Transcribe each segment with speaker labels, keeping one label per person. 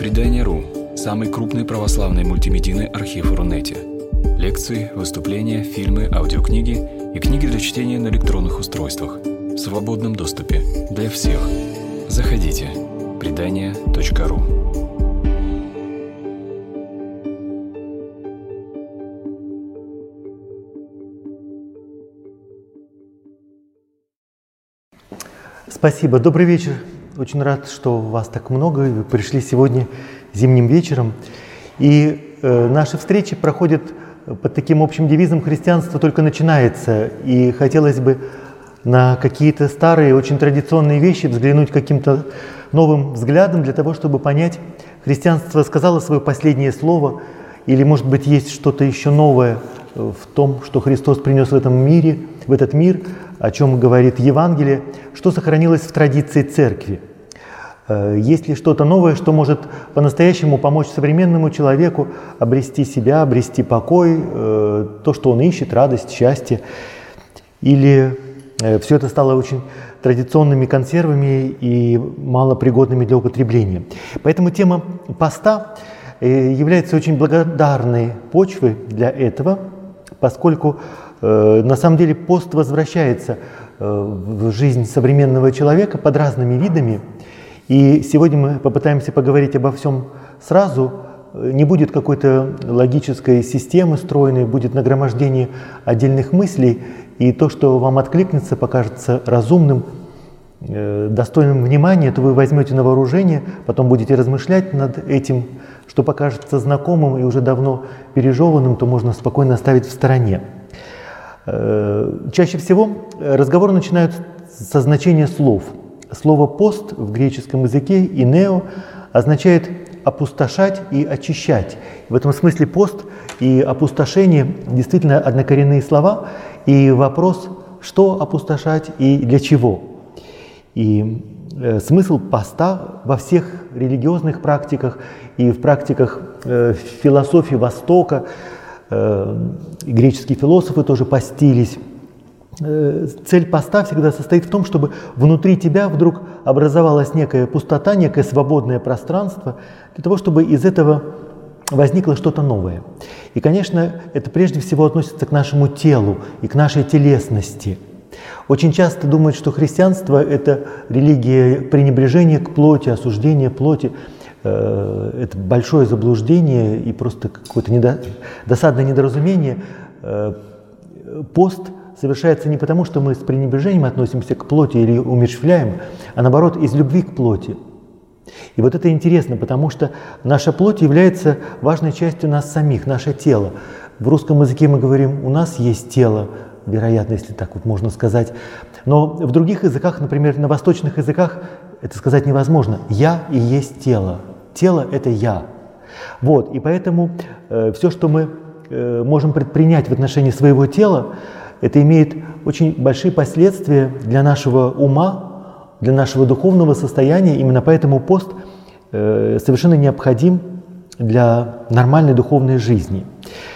Speaker 1: Предание.ру – самый крупный православный мультимедийный архив в Рунете. Лекции, выступления, фильмы, аудиокниги и книги для чтения на электронных устройствах в свободном доступе для всех. Заходите. Предание.ру.
Speaker 2: Спасибо. Добрый вечер. Очень рад, что вас так много, и вы пришли сегодня зимним вечером. И наши встречи проходят под таким общим девизом «Христианство только начинается». И хотелось бы на какие-то старые, очень традиционные вещи взглянуть каким-то новым взглядом для того, чтобы понять, христианство сказало свое последнее слово, или, может быть, есть что-то еще новое в том, что Христос принес в этом мире, в этот мир, о чем говорит Евангелие, что сохранилось в традиции Церкви. Есть ли что-то новое, что может по-настоящему помочь современному человеку обрести себя, обрести покой, то, что он ищет, радость, счастье? Или все это стало очень традиционными консервами и малопригодными для употребления? Поэтому тема поста является очень благодарной почвой для этого, поскольку на самом деле пост возвращается в жизнь современного человека под разными видами. И сегодня мы попытаемся поговорить обо всем сразу. Не будет какой-то логической системы стройной, будет нагромождение отдельных мыслей. И то, что вам откликнется, покажется разумным, достойным внимания, то вы возьмете на вооружение, потом будете размышлять над этим, что покажется знакомым и уже давно пережеванным, то можно спокойно оставить в стороне. Чаще всего разговор начинают со значения слов. Слово «пост» в греческом языке «инео» означает «опустошать» и «очищать». В этом смысле пост и опустошение действительно однокоренные слова. И вопрос, что опустошать и для чего. И смысл поста во всех религиозных практиках и в практиках философии Востока, греческие философы тоже постились. Цель поста всегда состоит в том, чтобы внутри тебя вдруг образовалась некая пустота, некое свободное пространство, для того, чтобы из этого возникло что-то новое. И, конечно, это прежде всего относится к нашему телу и к нашей телесности. Очень часто думают, что христианство – это религия пренебрежения к плоти, осуждения плоти. Это большое заблуждение и просто какое-то досадное недоразумение. Пост совершается не потому, что мы с пренебрежением относимся к плоти или умерщвляем, а наоборот, из любви к плоти. И вот это интересно, потому что наша плоть является важной частью нас самих, наше тело. В русском языке мы говорим, у нас есть тело, вероятно, если так вот можно сказать. Но в других языках, например, на восточных языках, это сказать невозможно. «Я и есть тело». Тело – это «я». Вот, и поэтому все, что мы можем предпринять в отношении своего тела, это имеет очень большие последствия для нашего ума, для нашего духовного состояния. Именно поэтому пост совершенно необходим для нормальной духовной жизни.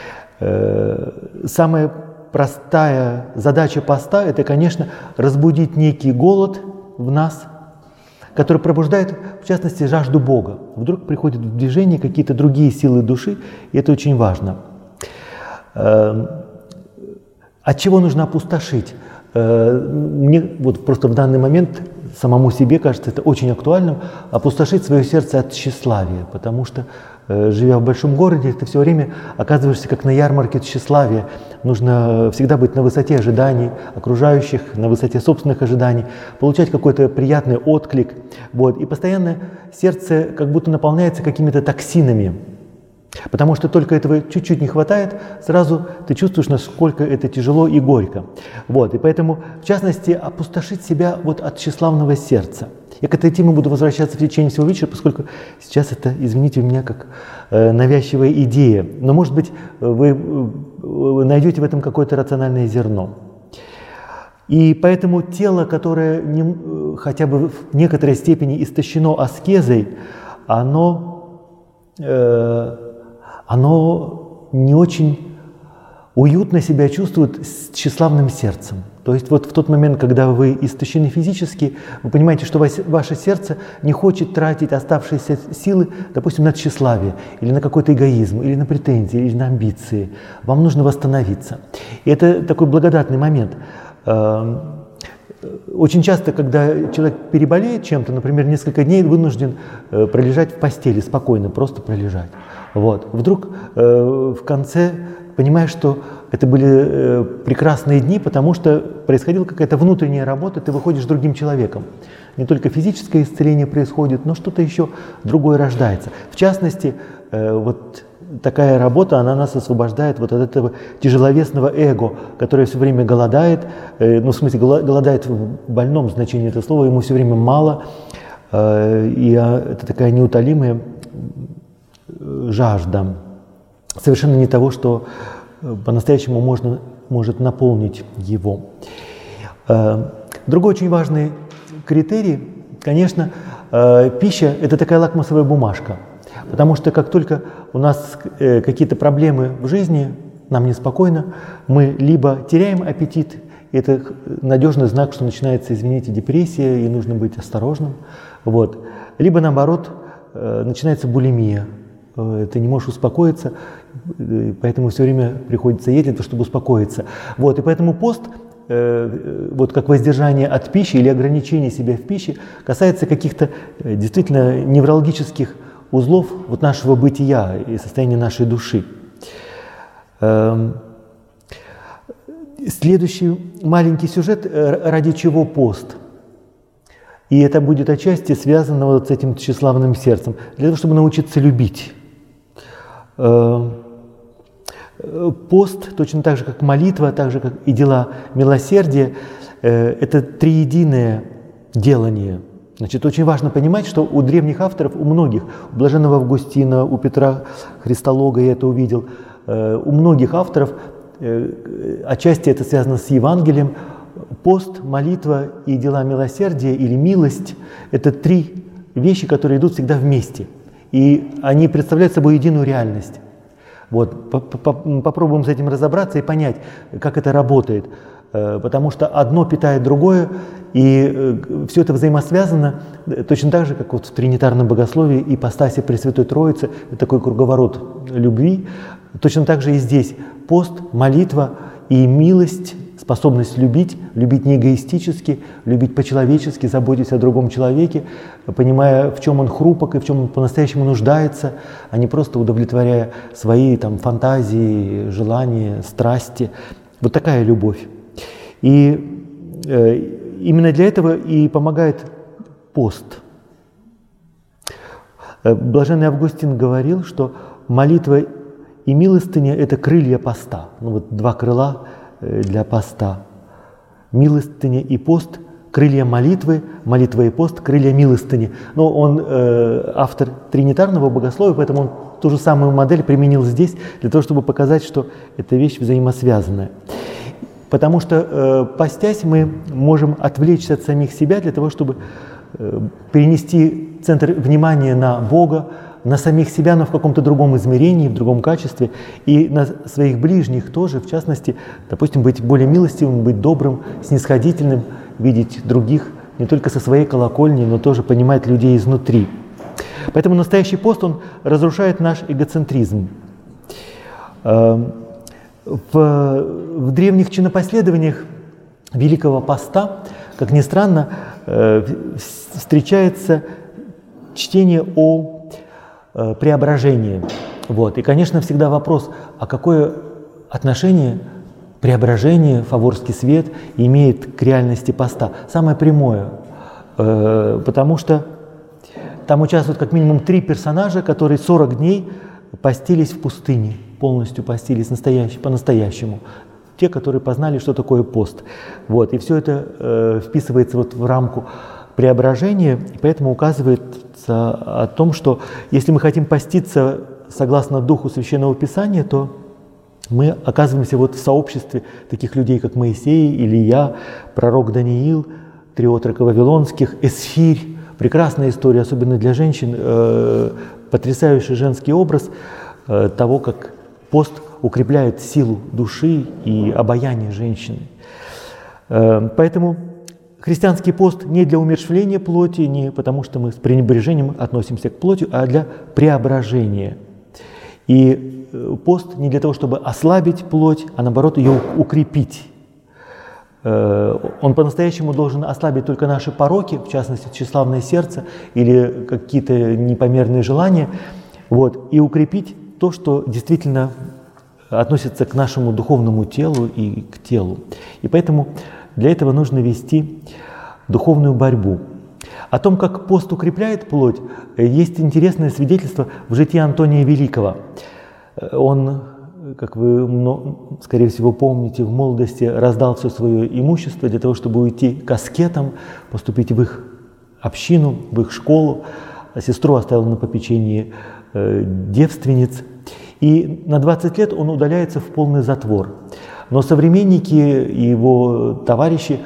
Speaker 2: Самая простая задача поста – это, конечно, разбудить некий голод в нас, который пробуждает, в частности, жажду Бога. Вдруг приходят в движение какие-то другие силы души, и это очень важно. От чего нужно опустошить? Мне вот просто в данный момент самому себе кажется это очень актуальным – опустошить свое сердце от тщеславия, потому что, живя в большом городе, ты все время оказываешься как на ярмарке тщеславия. Нужно всегда быть на высоте ожиданий окружающих, на высоте собственных ожиданий, получать какой-то приятный отклик. Вот. И постоянно сердце как будто наполняется какими-то токсинами. Потому что только этого чуть-чуть не хватает, сразу ты чувствуешь, насколько это тяжело и горько. Вот, и поэтому, в частности, опустошить себя вот от тщеславного сердца. Я к этой теме буду возвращаться в течение всего вечера, поскольку сейчас это, извините меня, как навязчивая идея. Но, может быть, вы найдете в этом какое-то рациональное зерно. И поэтому тело, которое хотя бы в некоторой степени истощено аскезой, оно не очень уютно себя чувствует с тщеславным сердцем. То есть вот в тот момент, когда вы истощены физически, вы понимаете, что ваше сердце не хочет тратить оставшиеся силы, допустим, на тщеславие, или на какой-то эгоизм, или на претензии, или на амбиции. Вам нужно восстановиться. И это такой благодатный момент. Очень часто, когда человек переболеет чем-то, например, несколько дней вынужден пролежать в постели, спокойно, просто пролежать. Вот. Вдруг в конце понимаешь, что это были прекрасные дни, потому что происходила какая-то внутренняя работа, ты выходишь другим человеком. Не только физическое исцеление происходит, но что-то еще другое рождается. В частности, вот такая работа, она нас освобождает вот от этого тяжеловесного эго, которое все время голодает, ну, в смысле, голодает в больном значении этого слова, ему все время мало, и это такая неутолимая жажда, совершенно не того, что по-настоящему может наполнить его. Другой очень важный критерий, конечно, пища – это такая лакмусовая бумажка. Потому что как только у нас какие-то проблемы в жизни, нам неспокойно, мы либо теряем аппетит, и это надежный знак, что начинается, извините, депрессия, и нужно быть осторожным, вот. Либо наоборот, начинается булимия, ты не можешь успокоиться, поэтому все время приходится есть для того, чтобы успокоиться. Вот. И поэтому пост, вот как воздержание от пищи или ограничение себя в пище, касается каких-то действительно неврологических узлов вот нашего бытия и состояния нашей души. Следующий маленький сюжет, ради чего пост. И это будет отчасти связано вот с этим тщеславным сердцем, для того, чтобы научиться любить. Пост, точно так же, как молитва, так же, как и дела милосердия, это триединое делание. Значит, очень важно понимать, что у древних авторов, у многих, у Блаженного Августина, у Петра Христолога, я это увидел, у многих авторов, отчасти это связано с Евангелием, пост, молитва и дела милосердия или милость – это три вещи, которые идут всегда вместе. И они представляют собой единую реальность. Вот, попробуем с этим разобраться и понять, как это работает. Потому что одно питает другое, и все это взаимосвязано точно так же, как вот в тринитарном богословии ипостаси Пресвятой Троицы, такой круговорот любви. Точно так же и здесь пост, молитва и милость, способность любить не эгоистически, любить по-человечески, заботиться о другом человеке, понимая, в чем он хрупок и в чем он по-настоящему нуждается, а не просто удовлетворяя свои там, фантазии, желания, страсти. Вот такая любовь. И именно для этого и помогает пост. Блаженный Августин говорил, что молитва и милостыня – это крылья поста. Ну вот два крыла для поста. Милостыня и пост – крылья молитвы, молитва и пост – крылья милостыни. Но он автор тринитарного богословия, поэтому он ту же самую модель применил здесь, для того, чтобы показать, что эта вещь взаимосвязанная. Потому что, постясь, мы можем отвлечься от самих себя для того, чтобы перенести центр внимания на Бога, на самих себя, но в каком-то другом измерении, в другом качестве, и на своих ближних тоже, в частности, допустим, быть более милостивым, быть добрым, снисходительным, видеть других не только со своей колокольни, но тоже понимать людей изнутри. Поэтому настоящий пост, он разрушает наш эгоцентризм. В древних чинопоследованиях Великого Поста, как ни странно, встречается чтение о преображении. Вот. И, конечно, всегда вопрос, а какое отношение преображение, фаворский свет имеет к реальности поста? Самое прямое, потому что там участвуют как минимум 3 персонажа, которые 40 дней постились в пустыне, полностью постились по-настоящему. Те, которые познали, что такое пост. Вот. И все это вписывается вот в рамку преображения, и поэтому указывается о том, что если мы хотим поститься согласно духу Священного Писания, то мы оказываемся вот в сообществе таких людей, как Моисей, Илия, пророк Даниил, 3 отрока вавилонских, Эсфирь. Прекрасная история, особенно для женщин, потрясающий женский образ того, как пост укрепляет силу души и обаяние женщины. Поэтому христианский пост не для умерщвления плоти, не потому что мы с пренебрежением относимся к плоти, а для преображения. И пост не для того, чтобы ослабить плоть, а наоборот ее укрепить. Он по-настоящему должен ослабить только наши пороки, в частности, тщеславное сердце или какие-то непомерные желания, вот, и укрепить то, что действительно относится к нашему духовному телу и к телу. И поэтому для этого нужно вести духовную борьбу. О том, как пост укрепляет плоть, есть интересное свидетельство в житии Антония Великого. Он, как вы, скорее всего, помните, в молодости раздал все свое имущество для того, чтобы уйти к аскетам, поступить в их общину, в их школу. Сестру оставил на попечении девственниц. И на 20 лет он удаляется в полный затвор. Но современники и его товарищи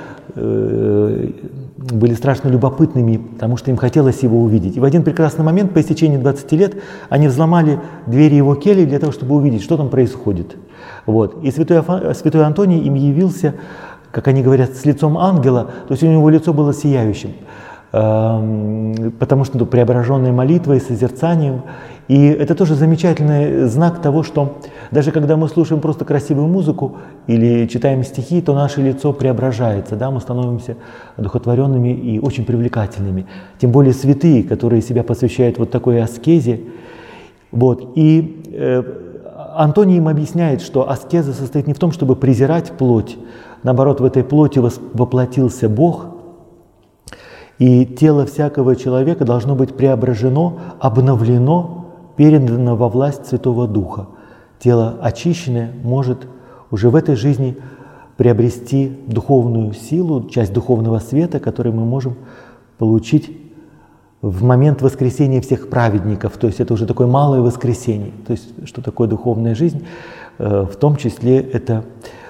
Speaker 2: были страшно любопытными, потому что им хотелось его увидеть. И в один прекрасный момент, по истечении 20 лет, они взломали двери его кельи для того, чтобы увидеть, что там происходит. Вот. И святой Антоний им явился, как они говорят, с лицом ангела, то есть у него лицо было сияющим, потому что преображенной молитвой, созерцанием. И это тоже замечательный знак того, что даже когда мы слушаем просто красивую музыку или читаем стихи, то наше лицо преображается, да, мы становимся одухотворенными и очень привлекательными. Тем более святые, которые себя посвящают вот такой аскезе. Вот. И Антоний им объясняет, что аскеза состоит не в том, чтобы презирать плоть, наоборот, в этой плоти воплотился Бог, и тело всякого человека должно быть преображено, обновлено, передано во власть Святого Духа. Тело очищенное может уже в этой жизни приобрести духовную силу, часть духовного света, который мы можем получить в момент воскресения всех праведников. То есть это уже такое малое воскресение. То есть что такое духовная жизнь? В том числе это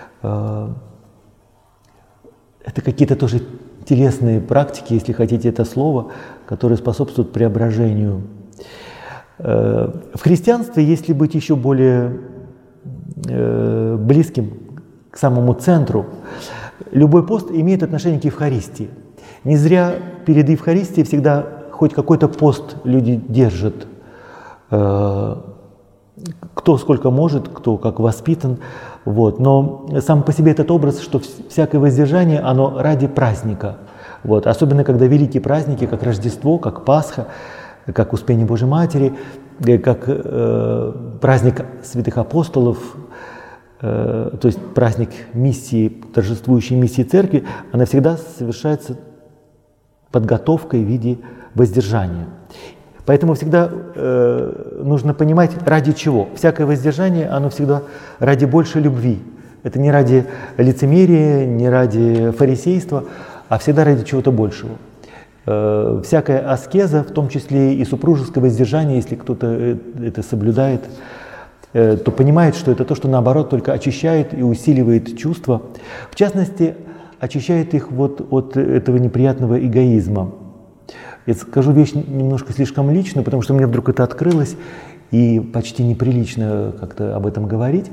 Speaker 2: какие-то тоже телесные практики, если хотите это слово, которые способствуют преображению. В христианстве, если быть еще более близким к самому центру, любой пост имеет отношение к Евхаристии. Не зря перед Евхаристией всегда хоть какой-то пост люди держат. Кто сколько может, кто как воспитан. Вот. Но сам по себе этот образ, что всякое воздержание, оно ради праздника. Вот. Особенно, когда великие праздники, как Рождество, как Пасха, как Успение Божьей Матери, как праздник святых апостолов, то есть праздник миссии, торжествующей миссии Церкви, она всегда совершается подготовкой в виде воздержания. Поэтому всегда нужно понимать, ради чего. Всякое воздержание, оно всегда ради большей любви. Это не ради лицемерия, не ради фарисейства, а всегда ради чего-то большего. Всякая аскеза, в том числе и супружеское воздержание, если кто-то это соблюдает, то понимает, что это то, что наоборот только очищает и усиливает чувства. В частности, очищает их вот от этого неприятного эгоизма. Я скажу вещь немножко слишком личную, потому что мне вдруг это открылось, и почти неприлично как-то об этом говорить.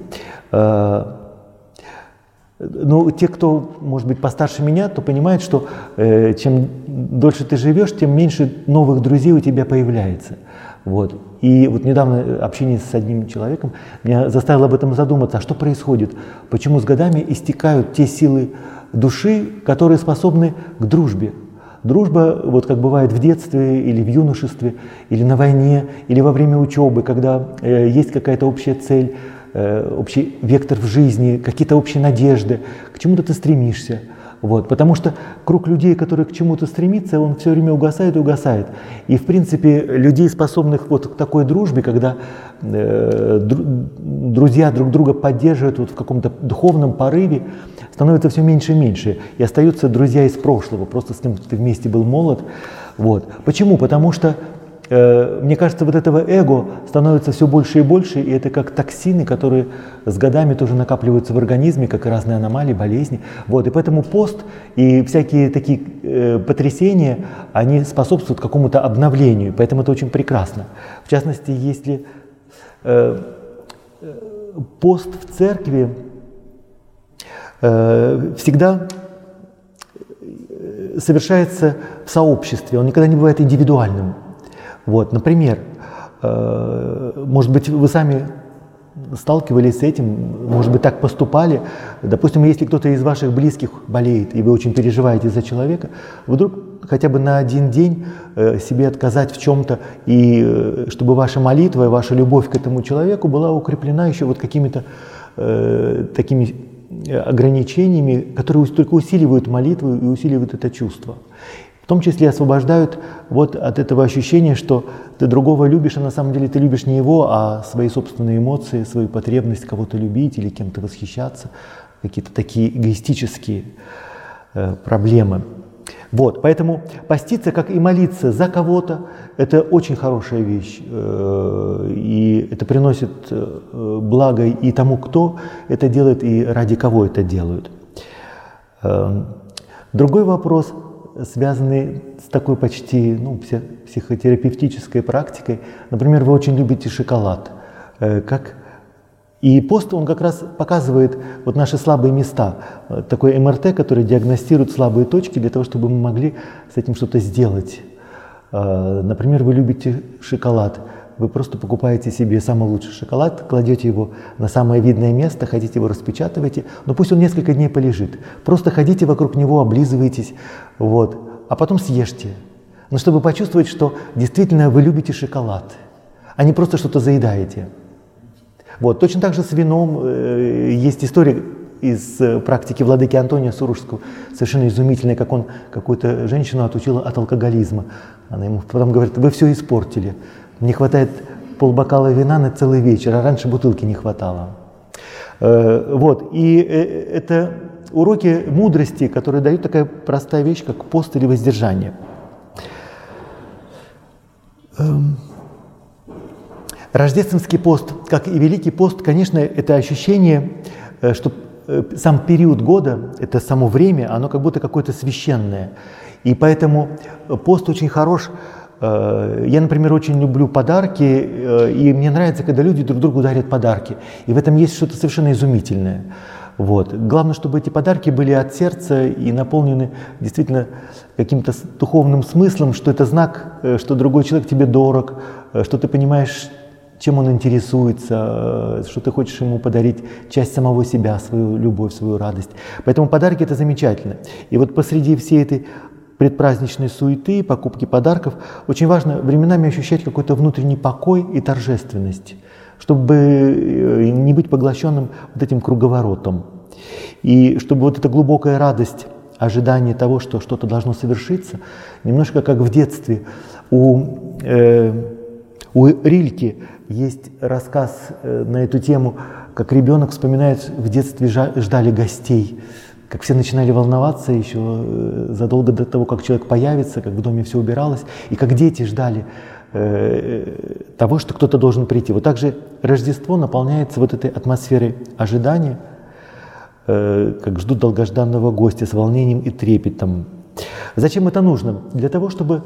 Speaker 2: Но те, кто, может быть, постарше меня, то понимают, что чем дольше ты живешь, тем меньше новых друзей у тебя появляется. Вот. И вот недавно общение с одним человеком меня заставило об этом задуматься, а что происходит, почему с годами истекают те силы души, которые способны к дружбе. Дружба, вот как бывает в детстве или в юношестве, или на войне, или во время учебы, когда есть какая-то общая цель, общий вектор в жизни, какие-то общие надежды, к чему-то ты стремишься. Вот, потому что круг людей, которые к чему-то стремятся, он все время угасает и угасает. И, в принципе, людей, способных вот к такой дружбе, когда друзья друг друга поддерживают вот в каком-то духовном порыве, становится все меньше и меньше. И остаются друзья из прошлого, просто с кем ты вместе был молод. Вот. Почему? Потому что мне кажется, вот этого эго становится все больше и больше, и это как токсины, которые с годами тоже накапливаются в организме, как и разные аномалии, болезни. Вот, и поэтому пост и всякие такие потрясения, они способствуют какому-то обновлению, поэтому это очень прекрасно. В частности, если пост в церкви всегда совершается в сообществе, он никогда не бывает индивидуальным. Вот, например, может быть, вы сами сталкивались с этим, может быть, так поступали. Допустим, если кто-то из ваших близких болеет, и вы очень переживаете за человека, вдруг хотя бы на один день себе отказать в чем-то, и чтобы ваша молитва и ваша любовь к этому человеку была укреплена еще вот какими-то такими ограничениями, которые только усиливают молитву и усиливают это чувство. В том числе освобождают вот от этого ощущения, что ты другого любишь, а на самом деле ты любишь не его, а свои собственные эмоции, свою потребность кого-то любить или кем-то восхищаться, какие-то такие эгоистические проблемы. Вот, поэтому поститься, как и молиться за кого-то, это очень хорошая вещь, и это приносит благо и тому, кто это делает, и ради кого это делают. Другой вопрос, связанный с такой почти психотерапевтической практикой. Например, вы очень любите шоколад. И пост, он как раз показывает вот наши слабые места. Такой МРТ, который диагностирует слабые точки для того, чтобы мы могли с этим что-то сделать. Например, вы любите шоколад. Вы просто покупаете себе самый лучший шоколад, кладете его на самое видное место, хотите его распечатываете, но пусть он несколько дней полежит. Просто ходите вокруг него, облизывайтесь, вот, а потом съешьте. Но чтобы почувствовать, что действительно вы любите шоколад, а не просто что-то заедаете. Вот. Точно так же с вином. Есть история из практики владыки Антония Сурожского, совершенно изумительная, как он какую-то женщину отучил от алкоголизма. Она ему потом говорит: вы все испортили. Не хватает полбокала вина на целый вечер, а раньше бутылки не хватало. Вот. И это уроки мудрости, которые дают такая простая вещь, как пост или воздержание. Рождественский пост, как и Великий пост, конечно, это ощущение, что сам период года, это само время, оно как будто какое-то священное. И поэтому пост очень хорош. Я, например, очень люблю подарки, и мне нравится, когда люди друг другу дарят подарки. И в этом есть что-то совершенно изумительное. Вот. Главное, чтобы эти подарки были от сердца и наполнены действительно каким-то духовным смыслом, что это знак, что другой человек тебе дорог, что ты понимаешь, чем он интересуется, что ты хочешь ему подарить часть самого себя, свою любовь, свою радость. Поэтому подарки – это замечательно. И вот посреди всей этой предпраздничной суеты, покупки подарков, очень важно временами ощущать какой-то внутренний покой и торжественность, чтобы не быть поглощенным вот этим круговоротом. И чтобы вот эта глубокая радость, ожидание того, что что-то должно совершиться, немножко как в детстве. У Рильке есть рассказ на эту тему, как ребенок вспоминает, в детстве ждали гостей, как все начинали волноваться еще задолго до того, как человек появится, как в доме все убиралось, и как дети ждали того, что кто-то должен прийти. Вот так же Рождество наполняется вот этой атмосферой ожидания, как ждут долгожданного гостя с волнением и трепетом. Зачем это нужно? Для того, чтобы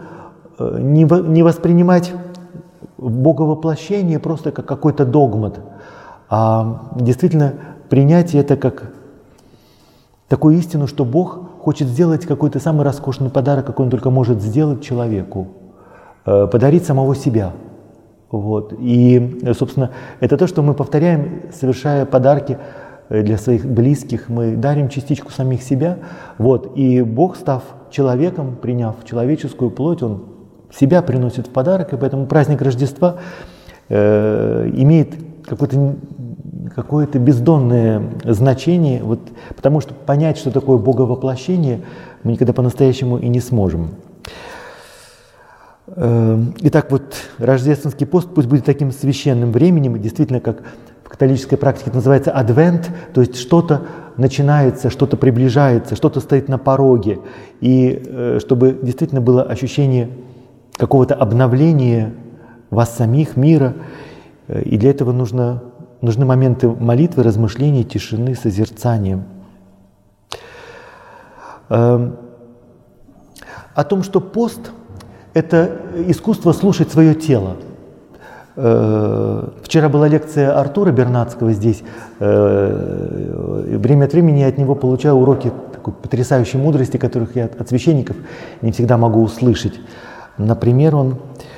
Speaker 2: не воспринимать боговоплощение просто как какой-то догмат, а действительно принять это как такую истину, что Бог хочет сделать какой-то самый роскошный подарок, какой Он только может сделать человеку, подарить самого себя. Вот. И, собственно, это то, что мы повторяем, совершая подарки для своих близких, мы дарим частичку самих себя. Вот. И Бог, став человеком, приняв человеческую плоть, Он себя приносит в подарок, и поэтому праздник Рождества имеет какое-то бездонное значение, вот, потому что понять, что такое боговоплощение, мы никогда по-настоящему и не сможем. Итак, вот рождественский пост пусть будет таким священным временем, действительно, как в католической практике это называется адвент, то есть что-то начинается, что-то приближается, что-то стоит на пороге, и чтобы действительно было ощущение какого-то обновления вас самих, мира, и для этого нужны моменты молитвы, размышления, тишины, созерцания. О том, что пост – это искусство слушать свое тело. Вчера была лекция Артура Бернацкого здесь. Время от времени я от него получаю уроки такой потрясающей мудрости, которых я от священников не всегда могу услышать. Например, он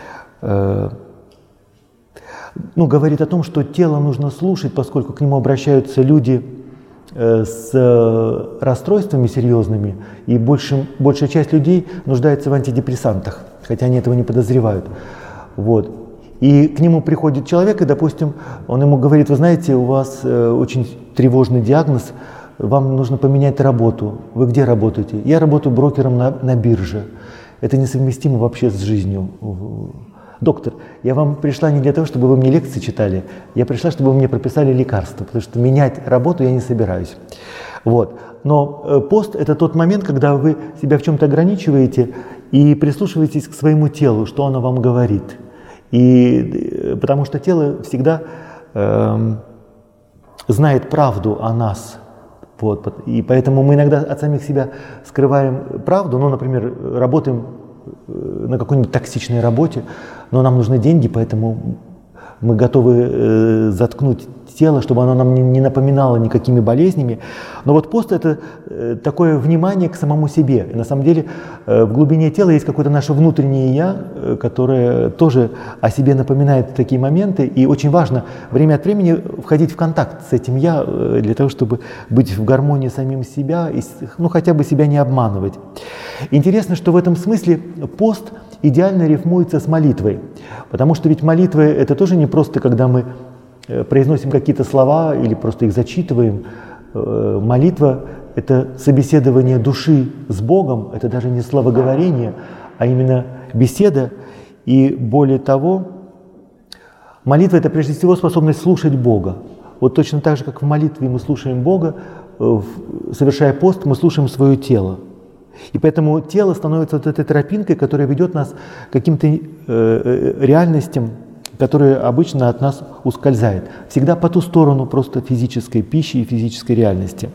Speaker 2: говорит о том, что тело нужно слушать, поскольку к нему обращаются люди с расстройствами серьезными, и большая часть людей нуждается в антидепрессантах, хотя они этого не подозревают. Вот. И к нему приходит человек, и, допустим, он ему говорит: вы знаете, у вас очень тревожный диагноз, вам нужно поменять работу. Вы где работаете? Я работаю брокером на бирже. Это несовместимо вообще с жизнью. Доктор, я вам пришла не для того, чтобы вы мне лекции читали, я пришла, чтобы вы мне прописали лекарства, потому что менять работу я не собираюсь. Вот. Но пост – это тот момент, когда вы себя в чем-то ограничиваете и прислушиваетесь к своему телу, что оно вам говорит. И потому что тело всегда знает правду о нас. Вот. И поэтому мы иногда от самих себя скрываем правду. Ну, например, работаем на какой-нибудь токсичной работе, но нам нужны деньги, поэтому мы готовы заткнуть тело, чтобы оно нам не напоминало никакими болезнями. Но вот пост – это такое внимание к самому себе. И на самом деле в глубине тела есть какое-то наше внутреннее «я», которое тоже о себе напоминает в такие моменты. И очень важно время от времени входить в контакт с этим «я» для того, чтобы быть в гармонии с самим себя и хотя бы себя не обманывать. Интересно, что в этом смысле пост идеально рифмуется с молитвой. Потому что ведь молитва – это тоже не просто, когда мы произносим какие-то слова или просто их зачитываем. Молитва – это собеседование души с Богом, это даже не словоговорение, а именно беседа. И более того, молитва – это прежде всего способность слушать Бога. Вот точно так же, как в молитве мы слушаем Бога, совершая пост, мы слушаем свое тело. И поэтому тело становится вот этой тропинкой, которая ведет нас к каким-то реальностям, которые обычно от нас ускользают. Всегда по ту сторону просто физической пищи и физической реальности.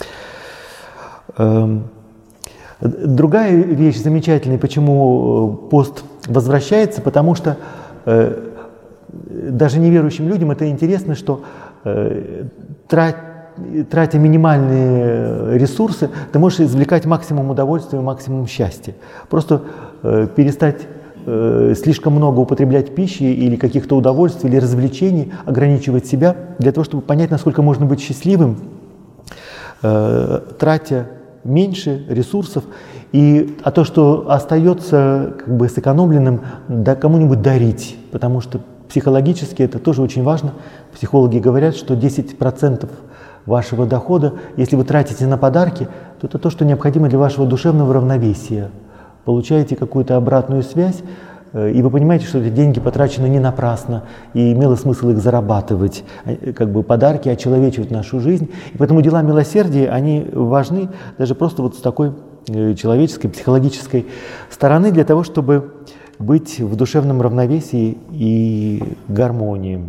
Speaker 2: Другая вещь замечательная, почему пост возвращается, потому что даже неверующим людям это интересно, что тратя минимальные ресурсы, ты можешь извлекать максимум удовольствия, максимум счастья. Просто перестать слишком много употреблять пищи или каких-то удовольствий, или развлечений, ограничивать себя для того, чтобы понять, насколько можно быть счастливым, тратя меньше ресурсов, а то, что остается как бы сэкономленным, кому-нибудь дарить, потому что психологически это тоже очень важно. Психологи говорят, что 10% вашего дохода, если вы тратите на подарки, то это то, что необходимо для вашего душевного равновесия. Получаете какую-то обратную связь, и вы понимаете, что эти деньги потрачены не напрасно, и имело смысл их зарабатывать. Как бы подарки очеловечивают нашу жизнь. И поэтому дела милосердия, они важны даже просто вот с такой человеческой, психологической стороны, для того, чтобы быть в душевном равновесии и гармонии.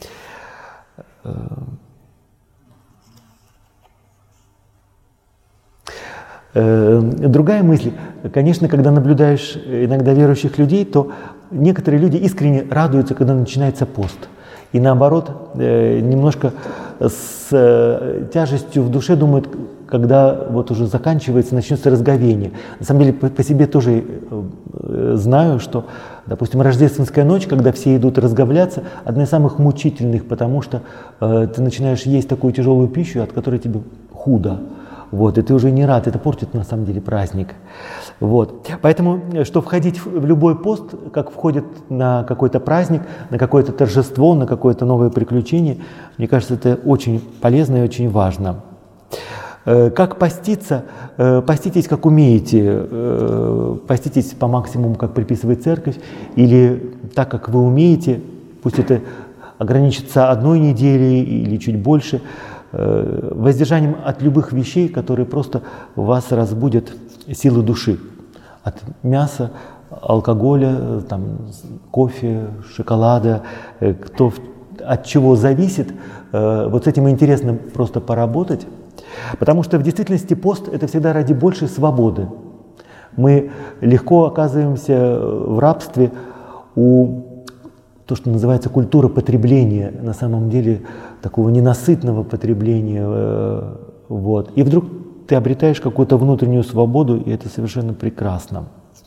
Speaker 2: Другая мысль, конечно, когда наблюдаешь иногда верующих людей, то некоторые люди искренне радуются, когда начинается пост. И наоборот, немножко с тяжестью в душе думают, когда вот уже заканчивается, начнется разговение. На самом деле, по себе тоже знаю, что, допустим, рождественская ночь, когда все идут разговляться, одна из самых мучительных, потому что ты начинаешь есть такую тяжелую пищу, от которой тебе худо. Вот, и ты уже не рад, это портит на самом деле праздник. Вот. Поэтому, что входить в любой пост, как входит на какой-то праздник, на какое-то торжество, на какое-то новое приключение, мне кажется, это очень полезно и очень важно. Как поститься? Поститесь, как умеете. Поститесь по максимуму, как предписывает церковь, или так, как вы умеете, пусть это ограничится одной неделей или чуть больше, воздержанием от любых вещей, которые просто у вас разбудят силы души. От мяса, алкоголя, кофе, шоколада, от чего зависит. Вот с этим интересно просто поработать. Потому что в действительности пост – это всегда ради большей свободы. Мы легко оказываемся в рабстве у то, что называется культура потребления, на самом деле такого ненасытного потребления. Вот. И вдруг ты обретаешь какую-то внутреннюю свободу, и это совершенно прекрасно.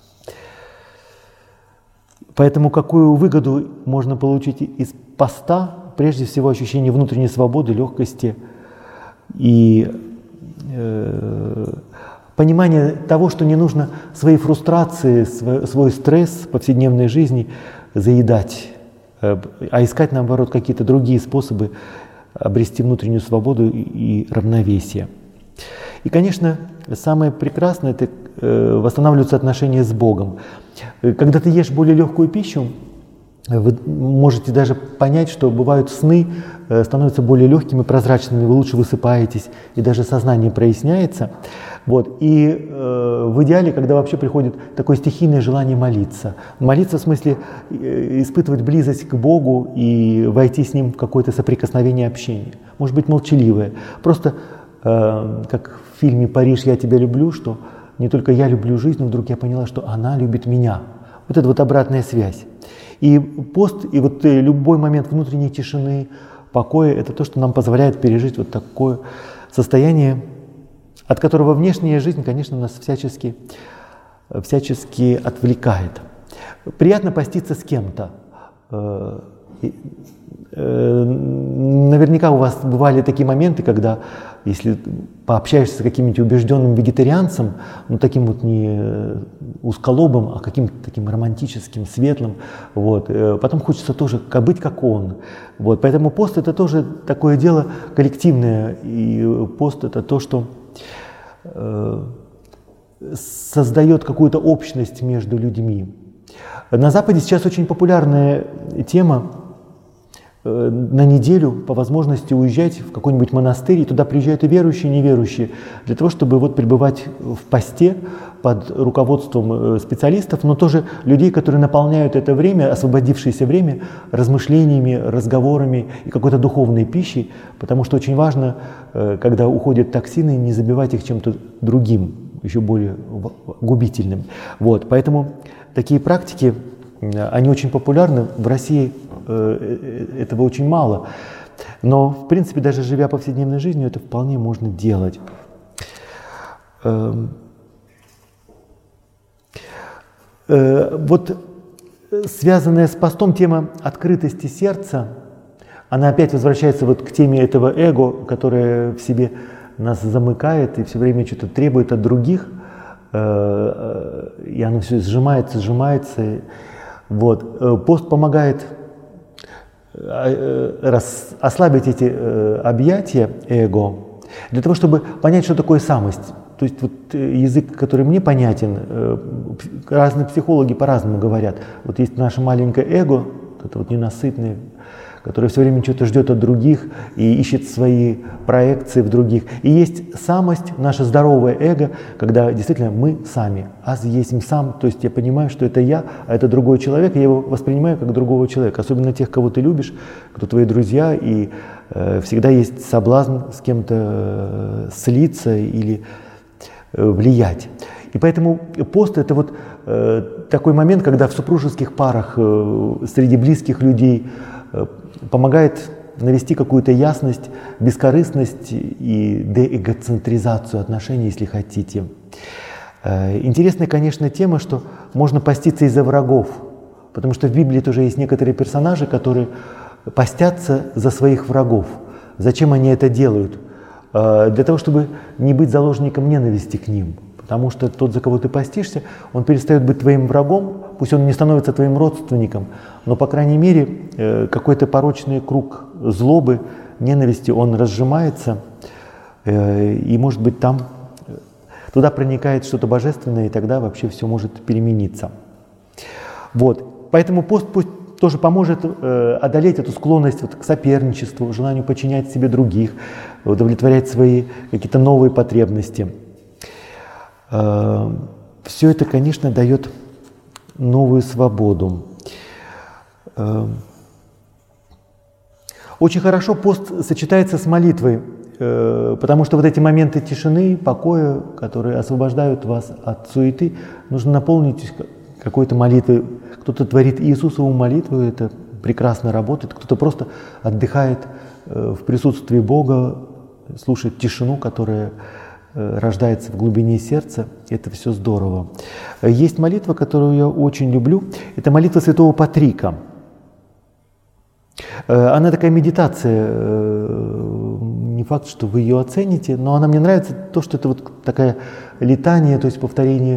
Speaker 2: Поэтому какую выгоду можно получить из поста? Прежде всего ощущение внутренней свободы, легкости и понимание того, что не нужно свои фрустрации, свой стресс повседневной жизни заедать, а искать, наоборот, какие-то другие способы обрести внутреннюю свободу и равновесие. И, конечно, самое прекрасное – это восстанавливаются отношения с Богом. Когда ты ешь более легкую пищу, вы можете даже понять, что бывают сны, становятся более легкими, прозрачными, вы лучше высыпаетесь, и даже сознание проясняется. Вот. И в идеале, когда вообще приходит такое стихийное желание молиться. Молиться в смысле испытывать близость к Богу и войти с Ним в какое-то соприкосновение, общение. Может быть, молчаливое. Просто как в фильме «Париж, я тебя люблю», что не только я люблю жизнь, но вдруг я поняла, что она любит меня. Вот это вот обратная связь. И пост, и вот любой момент внутренней тишины, покоя – это то, что нам позволяет пережить вот такое состояние, от которого внешняя жизнь, конечно, нас всячески отвлекает. Приятно поститься с кем-то. Наверняка у вас бывали такие моменты, когда, если пообщаешься с каким-нибудь убежденным вегетарианцем, ну таким вот не узколобым, а каким-то таким романтическим, светлым, вот, потом хочется тоже быть как он. Вот, поэтому пост – это тоже такое дело коллективное, и пост – это то, что создает какую-то общность между людьми. На Западе сейчас очень популярная тема на неделю по возможности уезжать в какой-нибудь монастырь, и туда приезжают и верующие, и неверующие, для того, чтобы вот пребывать в посте под руководством специалистов, но тоже людей, которые наполняют это время, освободившееся время, размышлениями, разговорами и какой-то духовной пищей, потому что очень важно, когда уходят токсины, не забивать их чем-то другим, еще более губительным. Вот, поэтому такие практики, они очень популярны. В России этого очень мало. Но, в принципе, даже живя повседневной жизнью, это вполне можно делать. Вот связанная с постом тема открытости сердца, она опять возвращается вот к теме этого эго, которое в себе нас замыкает и все время что-то требует от других, и оно все сжимается. Вот. Пост помогает ослабить эти объятия эго, для того, чтобы понять, что такое самость. То есть вот язык, который мне понятен, разные психологи по-разному говорят. Вот есть наше маленькое эго, это вот ненасытное, которое все время что-то ждет от других и ищет свои проекции в других. И есть самость, наше здоровое эго, когда действительно мы сами. Аз есть сам, то есть я понимаю, что это я, а это другой человек, и я его воспринимаю как другого человека. Особенно тех, кого ты любишь, кто твои друзья, и всегда есть соблазн с кем-то слиться или влиять. И поэтому пост – это вот такой момент, когда в супружеских парах, среди близких людей помогает навести какую-то ясность, бескорыстность и деэгоцентризацию отношений, если хотите. Интересная, конечно, тема, что можно поститься из-за врагов, потому что в Библии тоже есть некоторые персонажи, которые постятся за своих врагов. Зачем они это делают? Для того, чтобы не быть заложником ненависти к ним. Потому что тот, за кого ты постишься, он перестает быть твоим врагом, пусть он не становится твоим родственником, но, по крайней мере, какой-то порочный круг злобы, ненависти, он разжимается, и, может быть, там туда проникает что-то божественное, и тогда вообще все может перемениться. Вот. Поэтому пост пусть тоже поможет одолеть эту склонность вот к соперничеству, желанию подчинять себе других, удовлетворять свои какие-то новые потребности. Все это, конечно, дает новую свободу. Очень хорошо пост сочетается с молитвой, потому что вот эти моменты тишины, покоя, которые освобождают вас от суеты, нужно наполнить какой-то молитвой. Кто-то творит Иисусову молитву, это прекрасно работает, кто-то просто отдыхает в присутствии Бога, слушает тишину, которая рождается в глубине сердца. Это все здорово. Есть молитва, которую я очень люблю. Это молитва святого Патрика. Она такая медитация. Не факт, что вы ее оцените, но она мне нравится то, что это вот такая летание, то есть повторение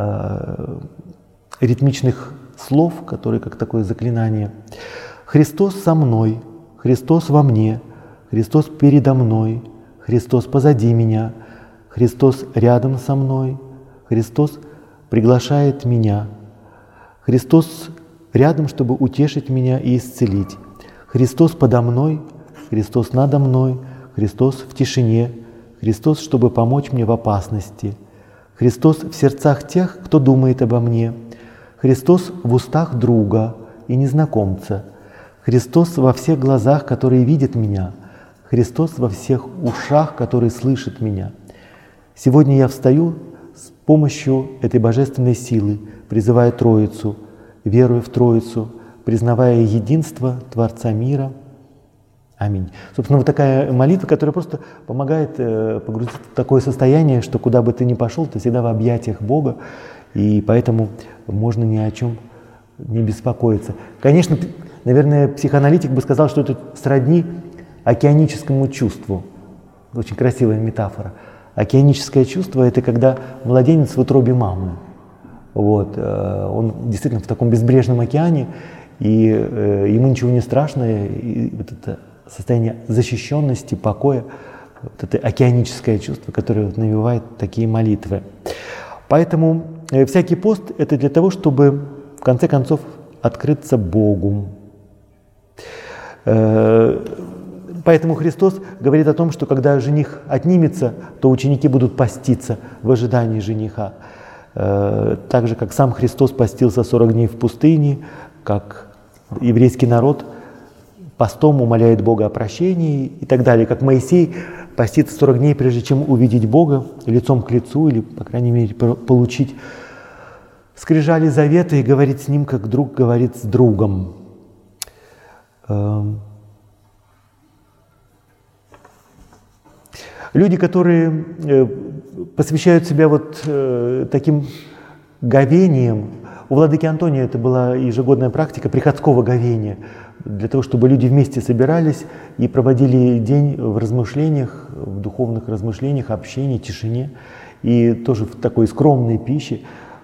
Speaker 2: ритмичных слов, которые как такое заклинание. Христос со мной, Христос во мне, Христос передо мной, Христос позади меня, Христос рядом со мной, Христос приглашает меня, Христос рядом, чтобы утешить меня и исцелить, Христос подо мной, Христос надо мной, Христос в тишине, Христос, чтобы помочь мне в опасности, Христос в сердцах тех, кто думает обо мне, Христос в устах друга и незнакомца, Христос во всех глазах, которые видят меня, Христос во всех ушах, которые слышат меня. Сегодня я встаю с помощью этой божественной силы, призывая Троицу, веруя в Троицу, признавая единство Творца мира. Аминь. Собственно, вот такая молитва, которая просто помогает погрузиться в такое состояние, что куда бы ты ни пошел, ты всегда в объятиях Бога, и поэтому можно ни о чем не беспокоиться. Конечно, наверное, психоаналитик бы сказал, что это сродни океаническому чувству. Очень красивая метафора. Океаническое чувство – это когда младенец в утробе мамы. Вот. Он действительно в таком безбрежном океане, и ему ничего не страшно, и вот это состояние защищенности, покоя, вот это океаническое чувство, которое вот навевает такие молитвы. Поэтому всякий пост – это для того, чтобы в конце концов открыться Богу. Поэтому Христос говорит о том, что когда жених отнимется, то ученики будут поститься в ожидании жениха. Так же, как сам Христос постился 40 дней в пустыне, как еврейский народ постом умоляет Бога о прощении и так далее, как Моисей постится 40 дней, прежде чем увидеть Бога лицом к лицу или, по крайней мере, получить скрижали завета и говорить с ним, как друг говорит с другом. Люди, которые посвящают себя вот таким говением, у владыки Антония это была ежегодная практика приходского говения, для того, чтобы люди вместе собирались и проводили день в размышлениях, в духовных размышлениях, общении, тишине, и тоже в такой скромной пище.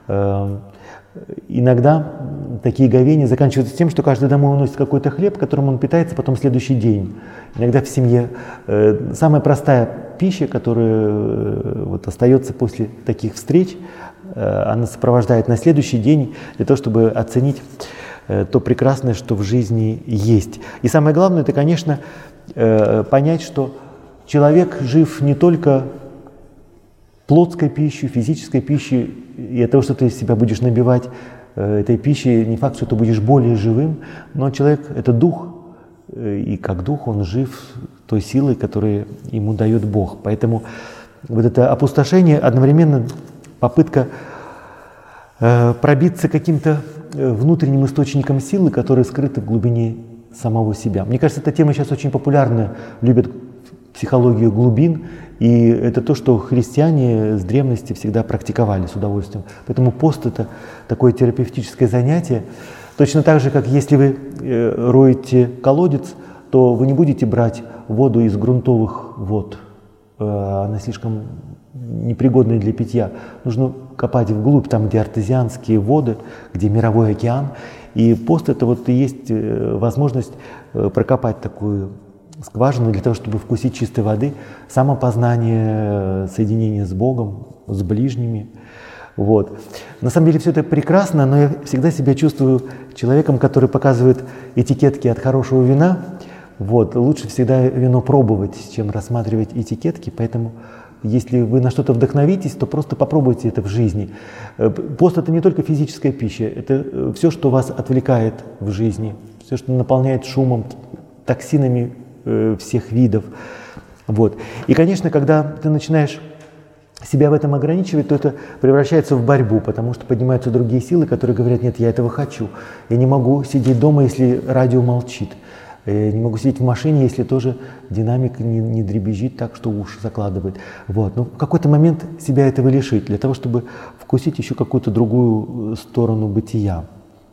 Speaker 2: Иногда такие говения заканчиваются тем, что каждый домой уносит какой-то хлеб, которым он питается потом следующий день. Иногда в семье самая простая пища, которая вот остается после таких встреч, она сопровождает на следующий день для того, чтобы оценить то прекрасное, что в жизни есть. И самое главное, это, конечно, понять, что человек жив не только плотской пищей, физической пищей, и от того, что ты себя будешь набивать этой пищей, не факт, что ты будешь более живым, но человек – это дух, и как дух он жив той силой, которую ему дает Бог. Поэтому вот это опустошение одновременно попытка пробиться каким-то внутренним источником силы, которые скрыты в глубине самого себя. Мне кажется, эта тема сейчас очень популярна, любят психологию глубин, и это то, что христиане с древности всегда практиковали с удовольствием. Поэтому пост – это такое терапевтическое занятие. Точно так же, как если вы роете колодец, то вы не будете брать воду из грунтовых вод. Она слишком непригодная для питья. Нужно копать вглубь, там, где артезианские воды, где мировой океан. И пост – это вот и есть возможность прокопать такую скважину для того, чтобы вкусить чистой воды, самопознание, соединение с Богом, с ближними. Вот. На самом деле все это прекрасно, но я всегда себя чувствую человеком, который показывает этикетки от хорошего вина. Вот. Лучше всегда вино пробовать, чем рассматривать этикетки, поэтому если вы на что-то вдохновитесь, то просто попробуйте это в жизни. Пост – это не только физическая пища, это все, что вас отвлекает в жизни, все, что наполняет шумом, токсинами всех видов. Вот. И, конечно, когда ты начинаешь себя в этом ограничивает, то это превращается в борьбу, потому что поднимаются другие силы, которые говорят: нет, я этого хочу. Я не могу сидеть дома, если радио молчит. Я не могу сидеть в машине, если тоже динамик не дребезжит так, что уши закладывает. Вот. Но в какой-то момент себя этого лишить, для того, чтобы вкусить еще какую-то другую сторону бытия.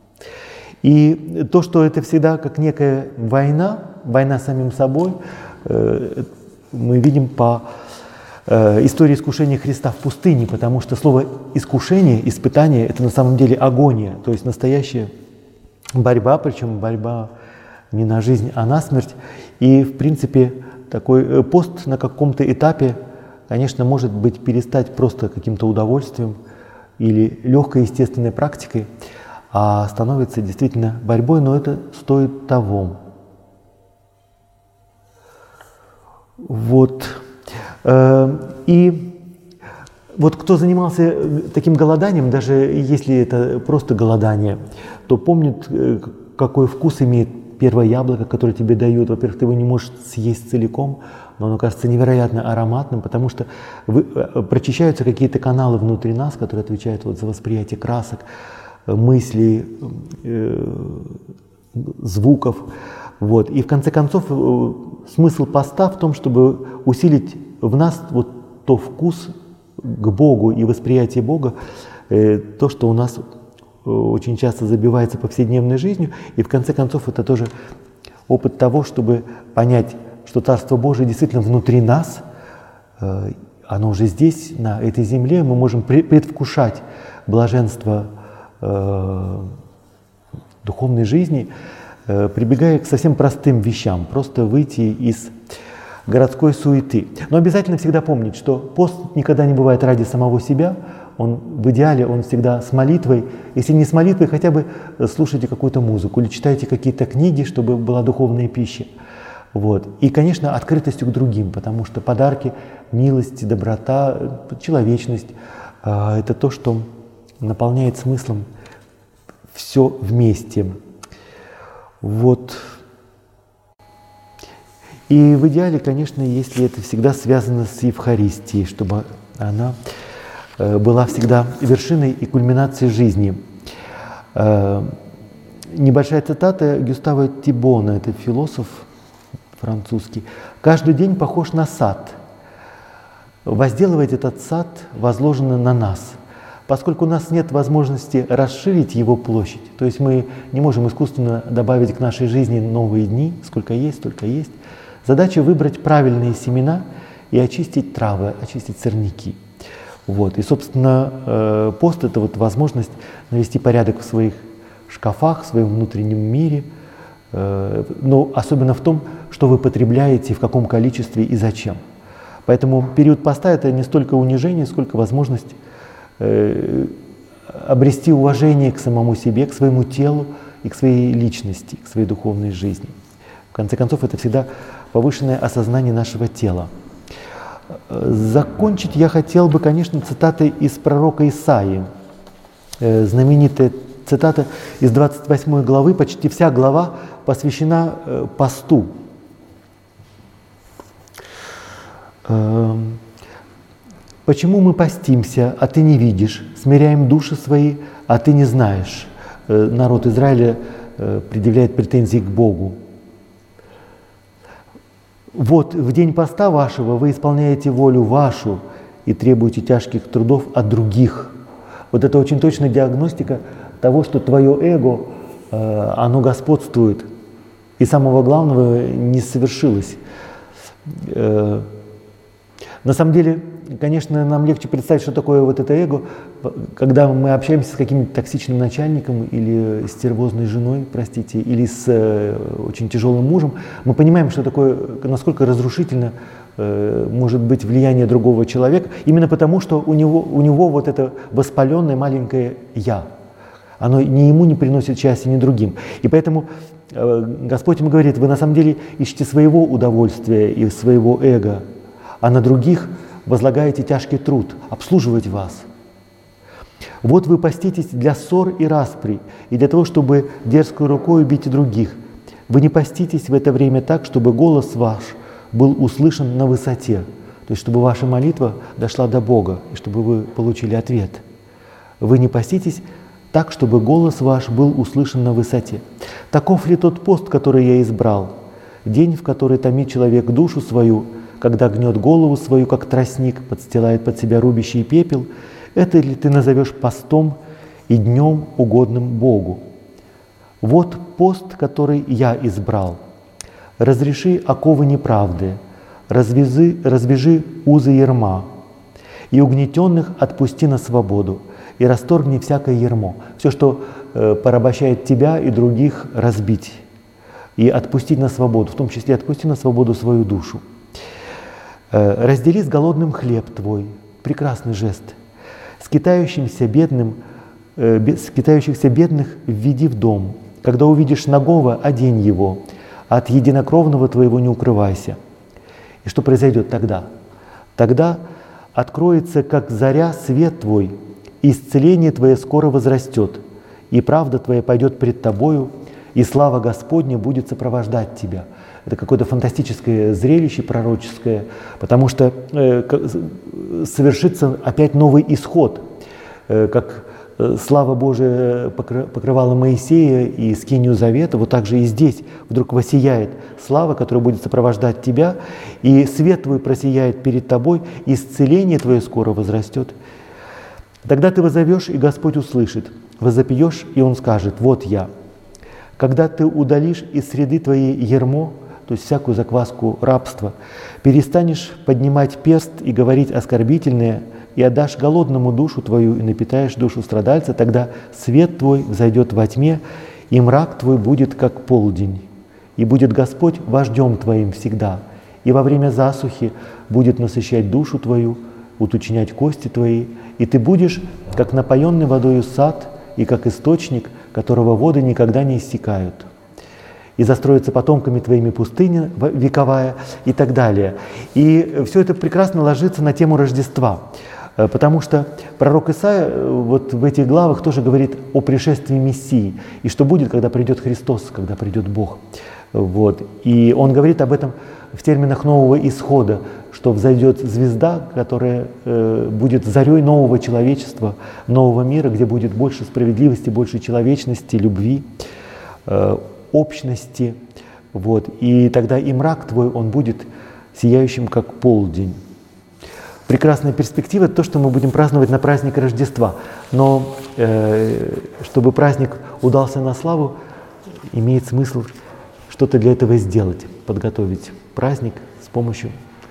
Speaker 2: И то, что это всегда как некая война с самим собой, мы видим по истории искушения Христа в пустыне, потому что слово «искушение», «испытание» — это на самом деле агония, то есть настоящая борьба, причем борьба не на жизнь, а на смерть. И, в принципе, такой пост на каком-то этапе, конечно, может быть перестать просто каким-то удовольствием или легкой естественной практикой, а становится действительно борьбой, но это стоит того. Вот. И вот кто занимался таким голоданием, даже если это просто голодание, то помнит, какой вкус имеет первое яблоко, которое тебе дают. Во-первых, ты его не можешь съесть целиком, но оно кажется невероятно ароматным, потому что прочищаются какие-то каналы внутри нас, которые отвечают вот за восприятие красок, мыслей, звуков. Вот. И в конце концов смысл поста в том, чтобы усилить в нас вот то вкус к Богу и восприятие Бога, то, что у нас очень часто забивается повседневной жизнью. И в конце концов это тоже опыт того, чтобы понять, что Царство Божие действительно внутри нас, оно уже здесь, на этой земле, мы можем предвкушать блаженство духовной жизни, прибегая к совсем простым вещам, просто выйти из городской суеты. Но обязательно всегда помнить, что пост никогда не бывает ради самого себя, он в идеале, он всегда с молитвой. Если не с молитвой, хотя бы слушайте какую-то музыку или читайте какие-то книги, чтобы была духовная пища. Вот. И, конечно, открытостью к другим, потому что подарки, милость, доброта, человечность — это то, что наполняет смыслом все вместе. Вот. И в идеале, конечно, если это всегда связано с Евхаристией, чтобы она была всегда вершиной и кульминацией жизни. Небольшая цитата Гюстава Тибона, это философ французский. «Каждый день похож на сад. Возделывать этот сад возложено на нас. Поскольку у нас нет возможности расширить его площадь, то есть мы не можем искусственно добавить к нашей жизни новые дни, сколько есть, столько есть, задача выбрать правильные семена и очистить травы, очистить сорняки». Вот. И, собственно, пост — это вот возможность навести порядок в своих шкафах, в своем внутреннем мире, но особенно в том, что вы потребляете, в каком количестве и зачем. Поэтому период поста — это не столько унижение, сколько возможность обрести уважение к самому себе, к своему телу и к своей личности, к своей духовной жизни. В конце концов, это всегда повышенное осознание нашего тела. Закончить я хотел бы, конечно, цитатой из пророка Исаии. Знаменитая цитата из 28 главы, почти вся глава посвящена посту. «Почему мы постимся, а ты не видишь, смиряем души свои, а ты не знаешь?» Народ Израиля предъявляет претензии к Богу. «Вот в день поста вашего вы исполняете волю вашу и требуете тяжких трудов от других». Вот это очень точная диагностика того, что твое эго, оно господствует, и самого главного не совершилось. На самом деле, конечно, нам легче представить, что такое вот это эго, когда мы общаемся с каким-нибудь токсичным начальником или стервозной женой, простите, или с очень тяжелым мужем. Мы понимаем, что такое, насколько разрушительно может быть влияние другого человека, именно потому, что у него вот это воспаленное маленькое «я». Оно ни ему не приносит счастья, ни другим. И поэтому Господь ему говорит: вы на самом деле ищете своего удовольствия и своего эго, а на других возлагаете тяжкий труд обслуживать вас. Вот вы поститесь для ссор и распри, и для того, чтобы дерзкой рукой убить других. Вы не поститесь в это время так, чтобы голос ваш был услышан на высоте. То То есть, чтобы ваша молитва дошла до Бога, и чтобы вы получили ответ. Вы не поститесь так, чтобы голос ваш был услышан на высоте. Таков ли тот пост, который я избрал? День, в который томит человек душу свою, когда гнет голову свою, как тростник, подстилает под себя рубящий пепел, это ли ты назовешь постом и днем угодным Богу? Вот пост, который я избрал. Разреши оковы неправды, развяжи узы ярма, и угнетенных отпусти на свободу, и расторгни всякое ярмо. Все, что порабощает тебя и других, разбить и отпустить на свободу, в том числе отпусти на свободу свою душу. Раздели с голодным хлеб твой, прекрасный жест. Скитающихся бедных введи в дом. Когда увидишь нагого, одень его. От единокровного твоего не укрывайся. И что произойдет тогда? Тогда откроется, как заря, свет твой, и исцеление твое скоро возрастет, и правда твоя пойдет пред тобою, и слава Господня будет сопровождать тебя. Это какое-то фантастическое зрелище пророческое, потому что совершится опять новый исход, как слава Божия покрывала Моисея и скинию завета, вот так же и здесь вдруг воссияет слава, которая будет сопровождать тебя, и свет твой просияет перед тобой, и исцеление твое скоро возрастет. Тогда ты воззовешь, и Господь услышит, возопьешь, и Он скажет: «Вот я». Когда ты удалишь из среды твоей ярмо, то есть всякую закваску рабства, перестанешь поднимать перст и говорить оскорбительное, и отдашь голодному душу твою, и напитаешь душу страдальца, тогда свет твой взойдет во тьме, и мрак твой будет как полдень. И будет Господь вождем твоим всегда, и во время засухи будет насыщать душу твою, уточнять кости твои, и ты будешь, как напоенный водою сад, и как источник, которого воды никогда не иссякают. И застроится потомками твоими пустыня вековая и так далее. И все это прекрасно ложится на тему Рождества, потому что пророк Исаия вот в этих главах тоже говорит о пришествии Мессии, и что будет, когда придет Христос, когда придет Бог. Вот. И он говорит об этом в терминах нового исхода, что взойдет звезда, которая будет зарей нового человечества, нового мира, где будет больше справедливости, больше человечности, любви, общности. Вот. И тогда и мрак твой, он будет сияющим, как полдень. Прекрасная перспектива — то, что мы будем праздновать на праздник Рождества. Но чтобы праздник удался на славу, имеет смысл что-то для этого сделать, подготовить праздник с помощью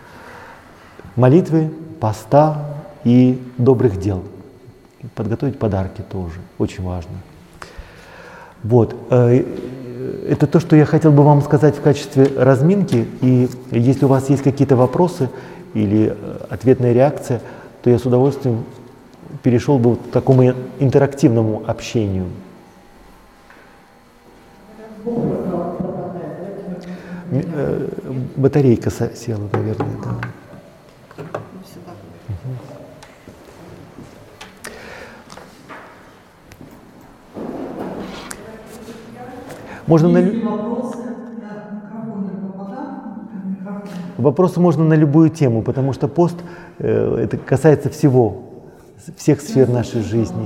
Speaker 2: молитвы, поста и добрых дел. Подготовить подарки тоже, очень важно. Вот. Это то, что я хотел бы вам сказать в качестве разминки. И если у вас есть какие-то вопросы или ответная реакция, то я с удовольствием перешел бы к такому интерактивному общению. Батарейка села, наверное, да. Можно вопросы можно на любую тему, потому что пост это касается всего, всех сфер нашей жизни.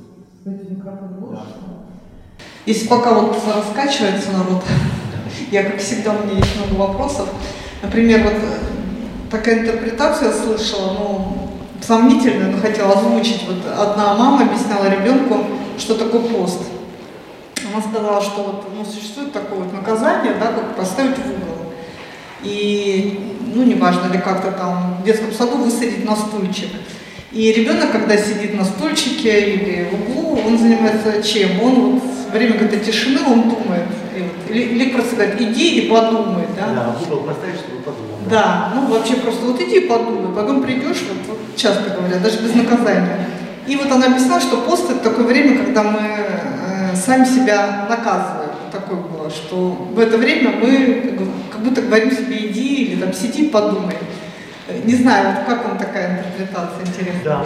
Speaker 3: Если пока вот раскачивается народ, я, как всегда, у меня есть много вопросов. Например, вот такая интерпретация слышала, сомнительную, но хотела озвучить. Вот одна мама объясняла ребенку, что такое пост. Она сказала, что существует такое вот наказание, да, как поставить в угол. И, неважно ли как-то там в детском саду высадить на стульчик. И ребенок, когда сидит на стульчике или в углу, он занимается чем? Он вот во время какой-то тишины, он думает. Или просто говорит: иди и подумай. Да,
Speaker 2: в угол поставишь, чтобы подумал.
Speaker 3: Да, вообще просто вот иди и подумай, потом придешь, вот часто говорят, даже без наказания. И вот она объясняла, что пост — это такое время, когда мы сами себя наказываем. Такое было, что в это время мы как будто говорим себе: иди, или там сиди, подумай. Не знаю, вот как вам такая интерпретация, интересна?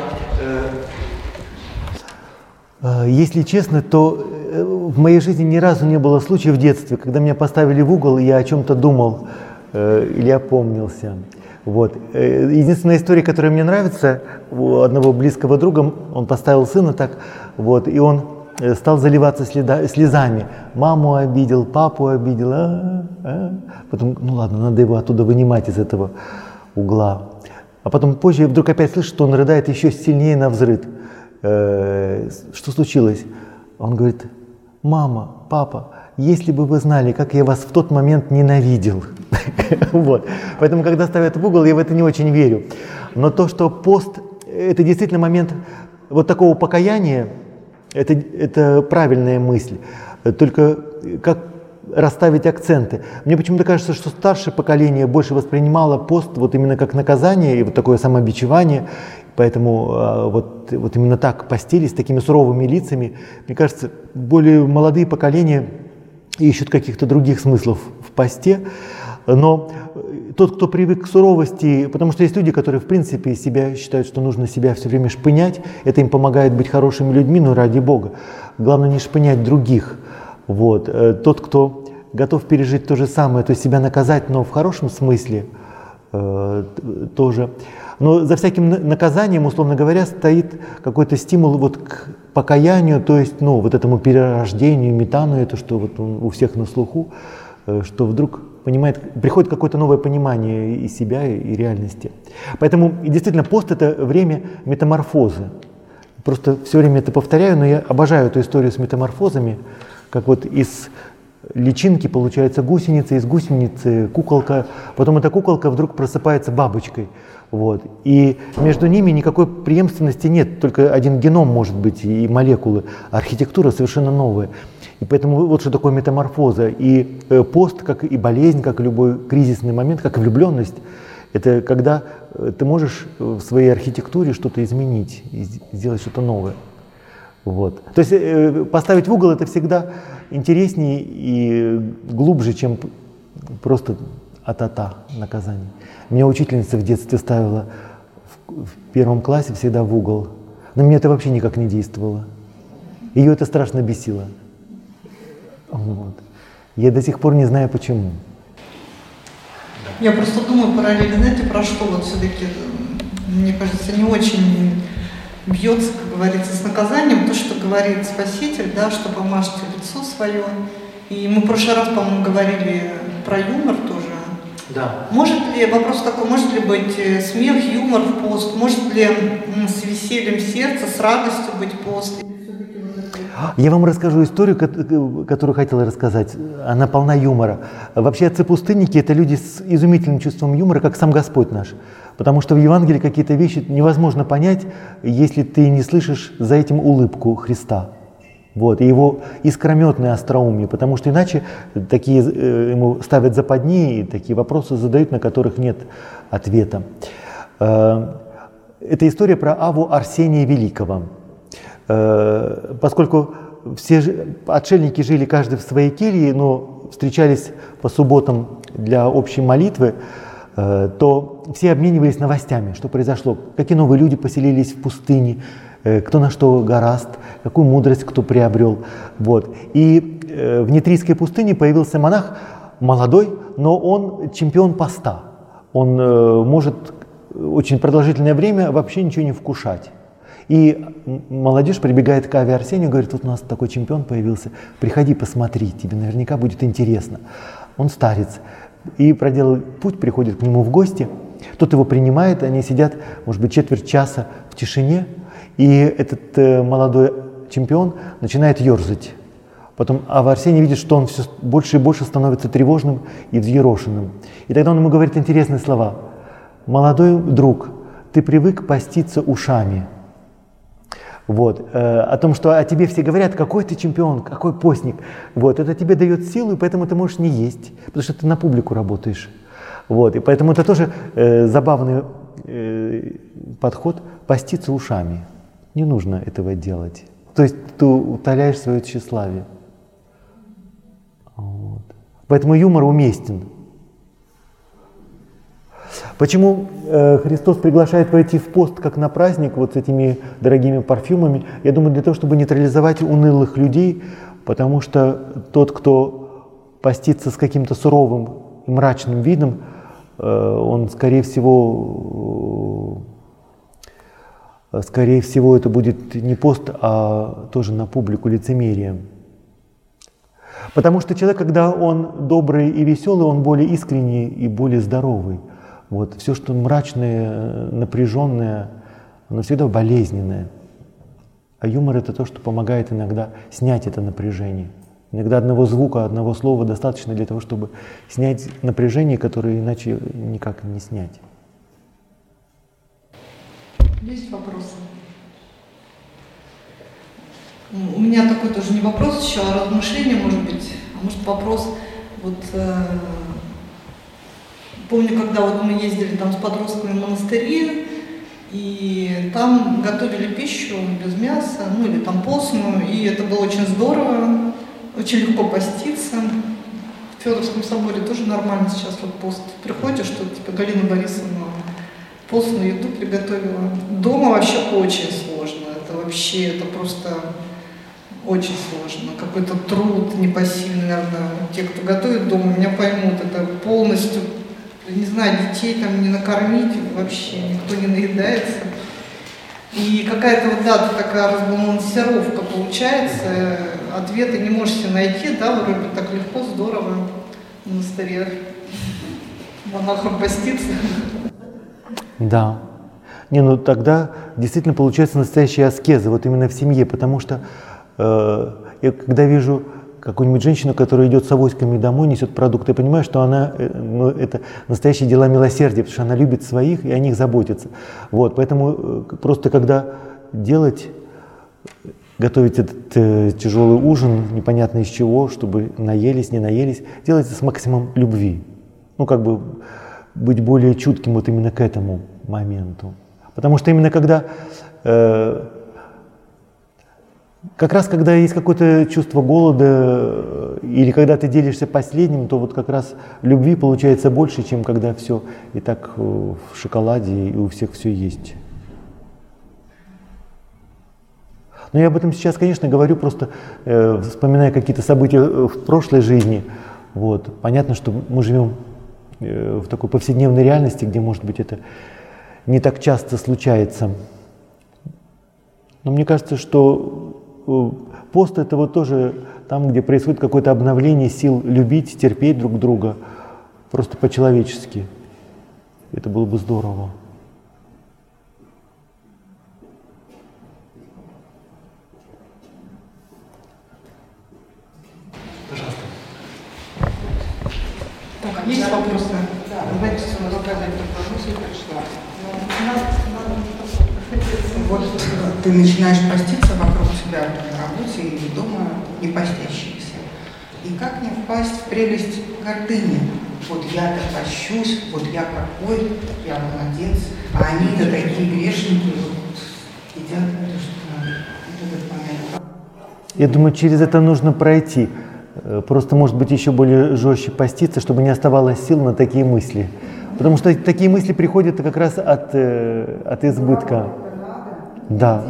Speaker 2: Да. Если честно, то в моей жизни ни разу не было случая в детстве, когда меня поставили в угол, и я о чем-то думал или опомнился. Вот. Единственная история, которая мне нравится, у одного близкого друга, он поставил сына так, вот, и он стал заливаться слезами. Маму обидел, папу обидел. Потом, ну ладно, надо его оттуда вынимать из этого угла. А потом позже вдруг опять слышу, что он рыдает еще сильнее навзрыд. Что случилось? Он говорит: мама, папа, если бы вы знали, как я вас в тот момент ненавидел. Вот. Поэтому, когда ставят в угол, я в это не очень верю. Но то, что пост – это действительно момент вот такого покаяния, это правильная мысль. Только как расставить акценты. Мне почему-то кажется, что старшее поколение больше воспринимало пост вот именно как наказание и вот такое самобичевание. Поэтому вот именно так постились, с такими суровыми лицами. Мне кажется, более молодые поколения ищут каких-то других смыслов в посте. Но тот, кто привык к суровости, потому что есть люди, которые в принципе себя считают, что нужно себя все время шпынять, это им помогает быть хорошими людьми, но ради Бога. Главное не шпынять других. Вот. Тот, кто готов пережить то же самое, то есть себя наказать, но в хорошем смысле тоже. Но за всяким наказанием, условно говоря, стоит какой-то стимул вот к покаянию, то есть вот этому перерождению, метану, это что вот у всех на слуху, что вдруг приходит какое-то новое понимание и себя, и реальности. Поэтому действительно пост – это время метаморфозы. Просто все время это повторяю, но я обожаю эту историю с метаморфозами, как вот из личинки получается гусеница, из гусеницы куколка, потом эта куколка вдруг просыпается бабочкой. Вот. И между ними никакой преемственности нет, только один геном может быть и молекулы, архитектура совершенно новая. И поэтому вот что такое метаморфоза. И пост, как и болезнь, как и любой кризисный момент, как и влюбленность, это когда ты можешь в своей архитектуре что-то изменить, и сделать что-то новое. Вот. То есть поставить в угол это всегда интереснее и глубже, чем просто а-та-та наказание. Меня учительница в детстве ставила в 1 классе всегда в угол. На меня это вообще никак не действовало. Ее это страшно бесило. Вот. Я до сих пор не знаю почему.
Speaker 3: Я просто думаю параллельно, знаете, про что вот все-таки, мне кажется, не очень бьется, как говорится, с наказанием, то, что говорит Спаситель, да, что помажьте лицо свое. И мы в прошлый раз, по-моему, говорили про юмор тоже.
Speaker 2: Да.
Speaker 3: Вопрос такой, может ли быть смех, юмор в пост, может ли с весельем сердца, с радостью быть пост?
Speaker 2: Я вам расскажу историю, которую хотела рассказать. Она полна юмора. Вообще отцы-пустынники – это люди с изумительным чувством юмора, как сам Господь наш. Потому что в Евангелии какие-то вещи невозможно понять, если ты не слышишь за этим улыбку Христа. Вот, и его искрометное остроумие, потому что иначе такие ему ставят западни и такие вопросы задают, на которых нет ответа. Это история про Авву Арсения Великого. Поскольку все отшельники жили каждый в своей келье, но встречались по субботам для общей молитвы, то все обменивались новостями, что произошло, какие новые люди поселились в пустыне, кто на что горазд, какую мудрость кто приобрел. Вот. И в Нитрийской пустыне появился монах, молодой, но он чемпион поста. Он может очень продолжительное время вообще ничего не вкушать. И молодежь прибегает к Авве Арсению и говорит: вот у нас такой чемпион появился, приходи посмотри, тебе наверняка будет интересно. Он старец и проделал путь, приходит к нему в гости, тот его принимает, они сидят, может быть, четверть часа в тишине, и этот молодой чемпион начинает ерзать. Потом Авва Арсений видит, что он все больше и больше становится тревожным и взъерошенным. И тогда он ему говорит интересные слова: молодой друг, ты привык поститься ушами. Вот. О том, что о тебе все говорят: какой ты чемпион, какой постник. Вот. Это тебе дает силу, и поэтому ты можешь не есть, потому что ты на публику работаешь. Вот. И поэтому это тоже забавный подход – поститься ушами. Не нужно этого делать. То есть ты утоляешь свое тщеславие. Вот. Поэтому юмор уместен. Почему Христос приглашает войти в пост как на праздник вот с этими дорогими парфюмами? Я думаю, для того, чтобы нейтрализовать унылых людей, потому что тот, кто постится с каким-то суровым и мрачным видом, он, скорее всего, это будет не пост, а тоже на публику лицемерие. Потому что человек, когда он добрый и веселый, он более искренний и более здоровый. Вот. Все, что мрачное, напряженное, оно всегда болезненное. А юмор — это то, что помогает иногда снять это напряжение. Иногда одного звука, одного слова достаточно для того, чтобы снять напряжение, которое иначе никак не снять.
Speaker 3: Есть вопросы? У меня такой тоже не вопрос еще, а размышление, может быть. А может вопрос, вот помню, когда вот мы ездили там с подростками в монастыри, и там готовили пищу без мяса, ну или там постную, и это было очень здорово, очень легко поститься. В Федоровском соборе тоже нормально сейчас вот пост. Приходишь, что типа Галина Борисовна постную еду приготовила. Дома вообще очень сложно, это вообще, это просто очень сложно. Какой-то труд непосильный, наверное, те, кто готовит дома, меня поймут, это полностью, не знаю, детей там не накормить, вообще никто не наедается. И какая-то вот, да, такая разбалансировка получается, ответы не можешь себе найти, да, вроде так легко, здорово в монастырях, монахом поститься.
Speaker 2: Да. Не, ну тогда действительно получается настоящая аскеза, вот именно в семье, потому что я когда вижу какую-нибудь женщину, которая идет с авоськами домой, несет продукты, я понимаю, что она, ну, это настоящие дела милосердия, потому что она любит своих и о них заботится. Вот, поэтому просто когда готовить этот тяжелый ужин, непонятно из чего, чтобы наелись, не наелись, делать это с максимумом любви. Ну, как бы быть более чутким вот именно к этому моменту. Потому что именно когда как раз когда есть какое-то чувство голода, или когда ты делишься последним, то вот как раз любви получается больше, чем когда все и так в шоколаде, и у всех все есть. Но я об этом сейчас, конечно, говорю, просто вспоминая какие-то события в прошлой жизни. Вот. Понятно, что мы живем в такой повседневной реальности, где, может быть, это не так часто случается. Но мне кажется, что пост — это вот тоже там, где происходит какое-то обновление сил любить, терпеть друг друга, просто по-человечески. Это было бы здорово.
Speaker 3: Пожалуйста. Так, есть вопросы?
Speaker 4: Да, давайте рассказать, как мысль пришла. Вот ты начинаешь поститься вокруг себя на работе или дома, не постящиеся. И как не впасть в прелесть гордыни? Вот я-то пощусь, вот я какой, я молодец, а они-то такие грешники, вот едят то, что надо. Вот этот момент.
Speaker 2: Я думаю, через это нужно пройти. Просто, может быть, еще более жестче поститься, чтобы не оставалось сил на такие мысли. Потому что такие мысли приходят как раз от избытка. Да.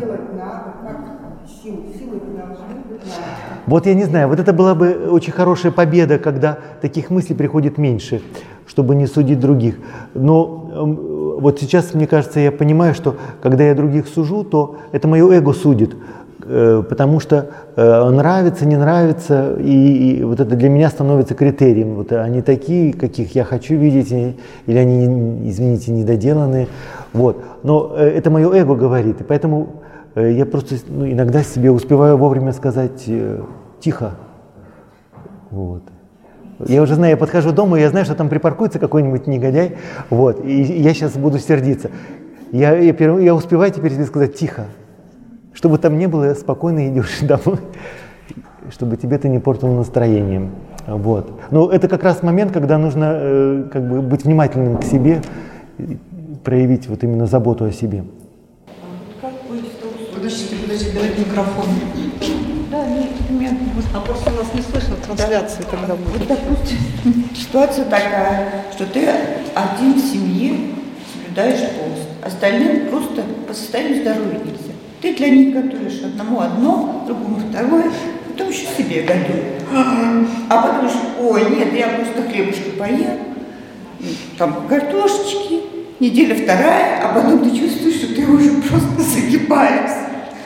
Speaker 2: Вот я не знаю, вот это была бы очень хорошая победа, когда таких мыслей приходит меньше, чтобы не судить других. Но вот сейчас, мне кажется, я понимаю, что когда я других сужу, то это мое эго судит. Потому что нравится, не нравится, и вот это для меня становится критерием. Вот они такие, каких я хочу видеть, или они, извините, недоделанные. Вот. Но это мое эго говорит, и поэтому я просто иногда себе успеваю вовремя сказать «тихо». Вот. Я уже знаю, я подхожу дома, и я знаю, что там припаркуется какой-нибудь негодяй, вот, и я сейчас буду сердиться. Я успеваю теперь себе сказать «тихо». Что бы там ни было, спокойно идешь домой, чтобы тебе это не портило настроение. Вот. Но это как раз момент, когда нужно как бы быть внимательным к себе, проявить вот именно заботу о себе.
Speaker 3: Подождите, давайте микрофон.
Speaker 4: Да, нет,
Speaker 3: а просто у нас не слышно трансляции, когда будет.
Speaker 4: Вот, допустим, ситуация такая, что ты один в семье соблюдаешь пост, остальным просто по состоянию здоровья нельзя. Ты для них готовишь одному одно, другому второе, потом еще себе готовишь. А потом ой, нет, я просто хлебушка поем, там картошечки, неделя вторая, а потом ты чувствуешь, что ты уже просто загибаешься.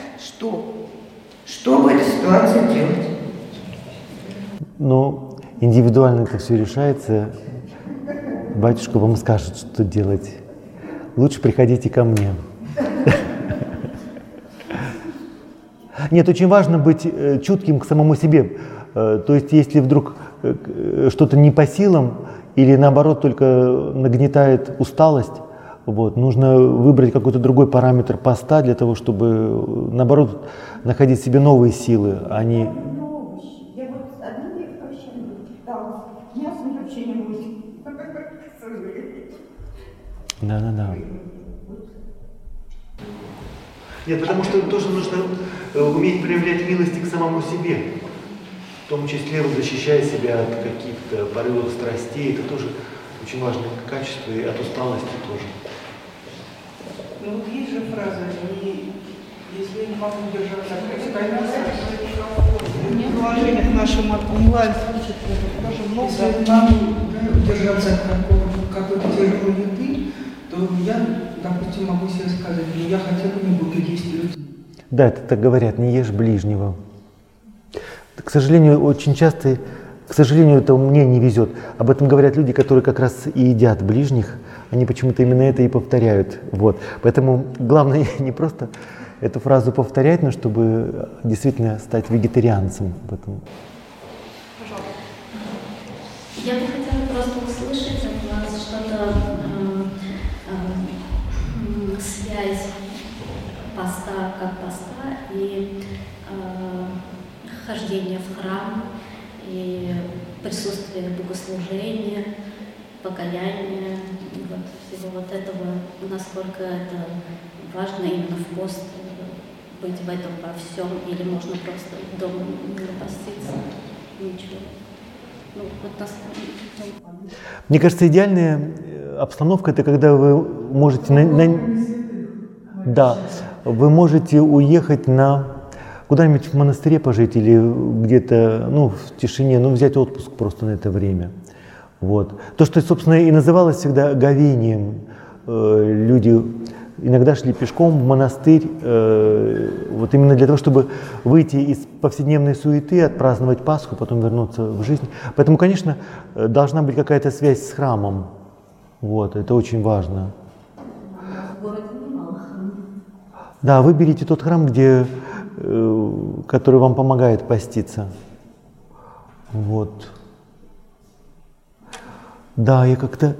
Speaker 4: Что в этой ситуации делать?
Speaker 2: Ну, индивидуально это все решается. Батюшка вам скажет, что делать. Лучше приходите ко мне. Нет, очень важно быть чутким к самому себе. То есть, если вдруг что-то не по силам или наоборот только нагнетает усталость, вот, нужно выбрать какой-то другой параметр поста для того, чтобы наоборот находить в себе новые силы, а не...
Speaker 4: Я вот одни вообще не питалась, мясо вообще не будет.
Speaker 2: Да. Нет, потому что тоже нужно уметь проявлять милости к самому себе, в том числе защищая себя от каких-то порывов страстей. Это тоже очень важное качество, и от усталости тоже.
Speaker 4: Ну вот есть же фраза, если я не могу держаться
Speaker 3: В приложениях нашим онлайн тоже много.
Speaker 4: если я могу держаться от какой-то тяжелой еды, то я, допустим, могу себе сказать, ну я хотя бы не буду есть людей.
Speaker 2: Да, это так говорят, не ешь ближнего. К сожалению, очень часто, это мне не везет. Об этом говорят люди, которые как раз и едят ближних. Они почему-то именно это и повторяют. Вот. Поэтому главное не просто эту фразу повторять, но чтобы действительно стать вегетарианцем в этом.
Speaker 5: Я бы хотела просто услышать от вас что-то, связь поста как поста и хождение в храм, и присутствие богослужения, покаяния, вот всего вот этого, насколько это важно именно в пост, быть в этом во всем, или можно просто дома не поститься, ничего. Ну, вот
Speaker 2: Мне кажется, идеальная обстановка — это когда вы можете вы можете уехать куда-нибудь в монастыре пожить или где-то, в тишине, взять отпуск просто на это время. Вот. То, что, собственно, и называлось всегда говением. Люди иногда шли пешком в монастырь, вот именно для того, чтобы выйти из повседневной суеты, отпраздновать Пасху, потом вернуться в жизнь. Поэтому, конечно, должна быть какая-то связь с храмом. Вот, это очень важно. Да, выберите тот храм, который вам помогает поститься. Вот. Да, я как-то...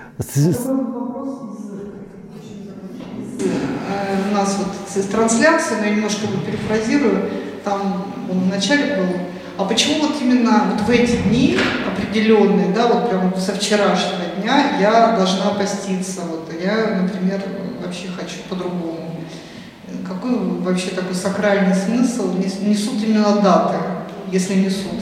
Speaker 3: У нас вот из трансляции, но я немножко его перефразирую, там он в начале был. А почему вот именно вот в эти дни определенные, да, вот прям со вчерашнего дня я должна поститься? Вот я, например, вообще хочу по-другому. Какой вообще такой сакральный смысл несут именно даты, если несут?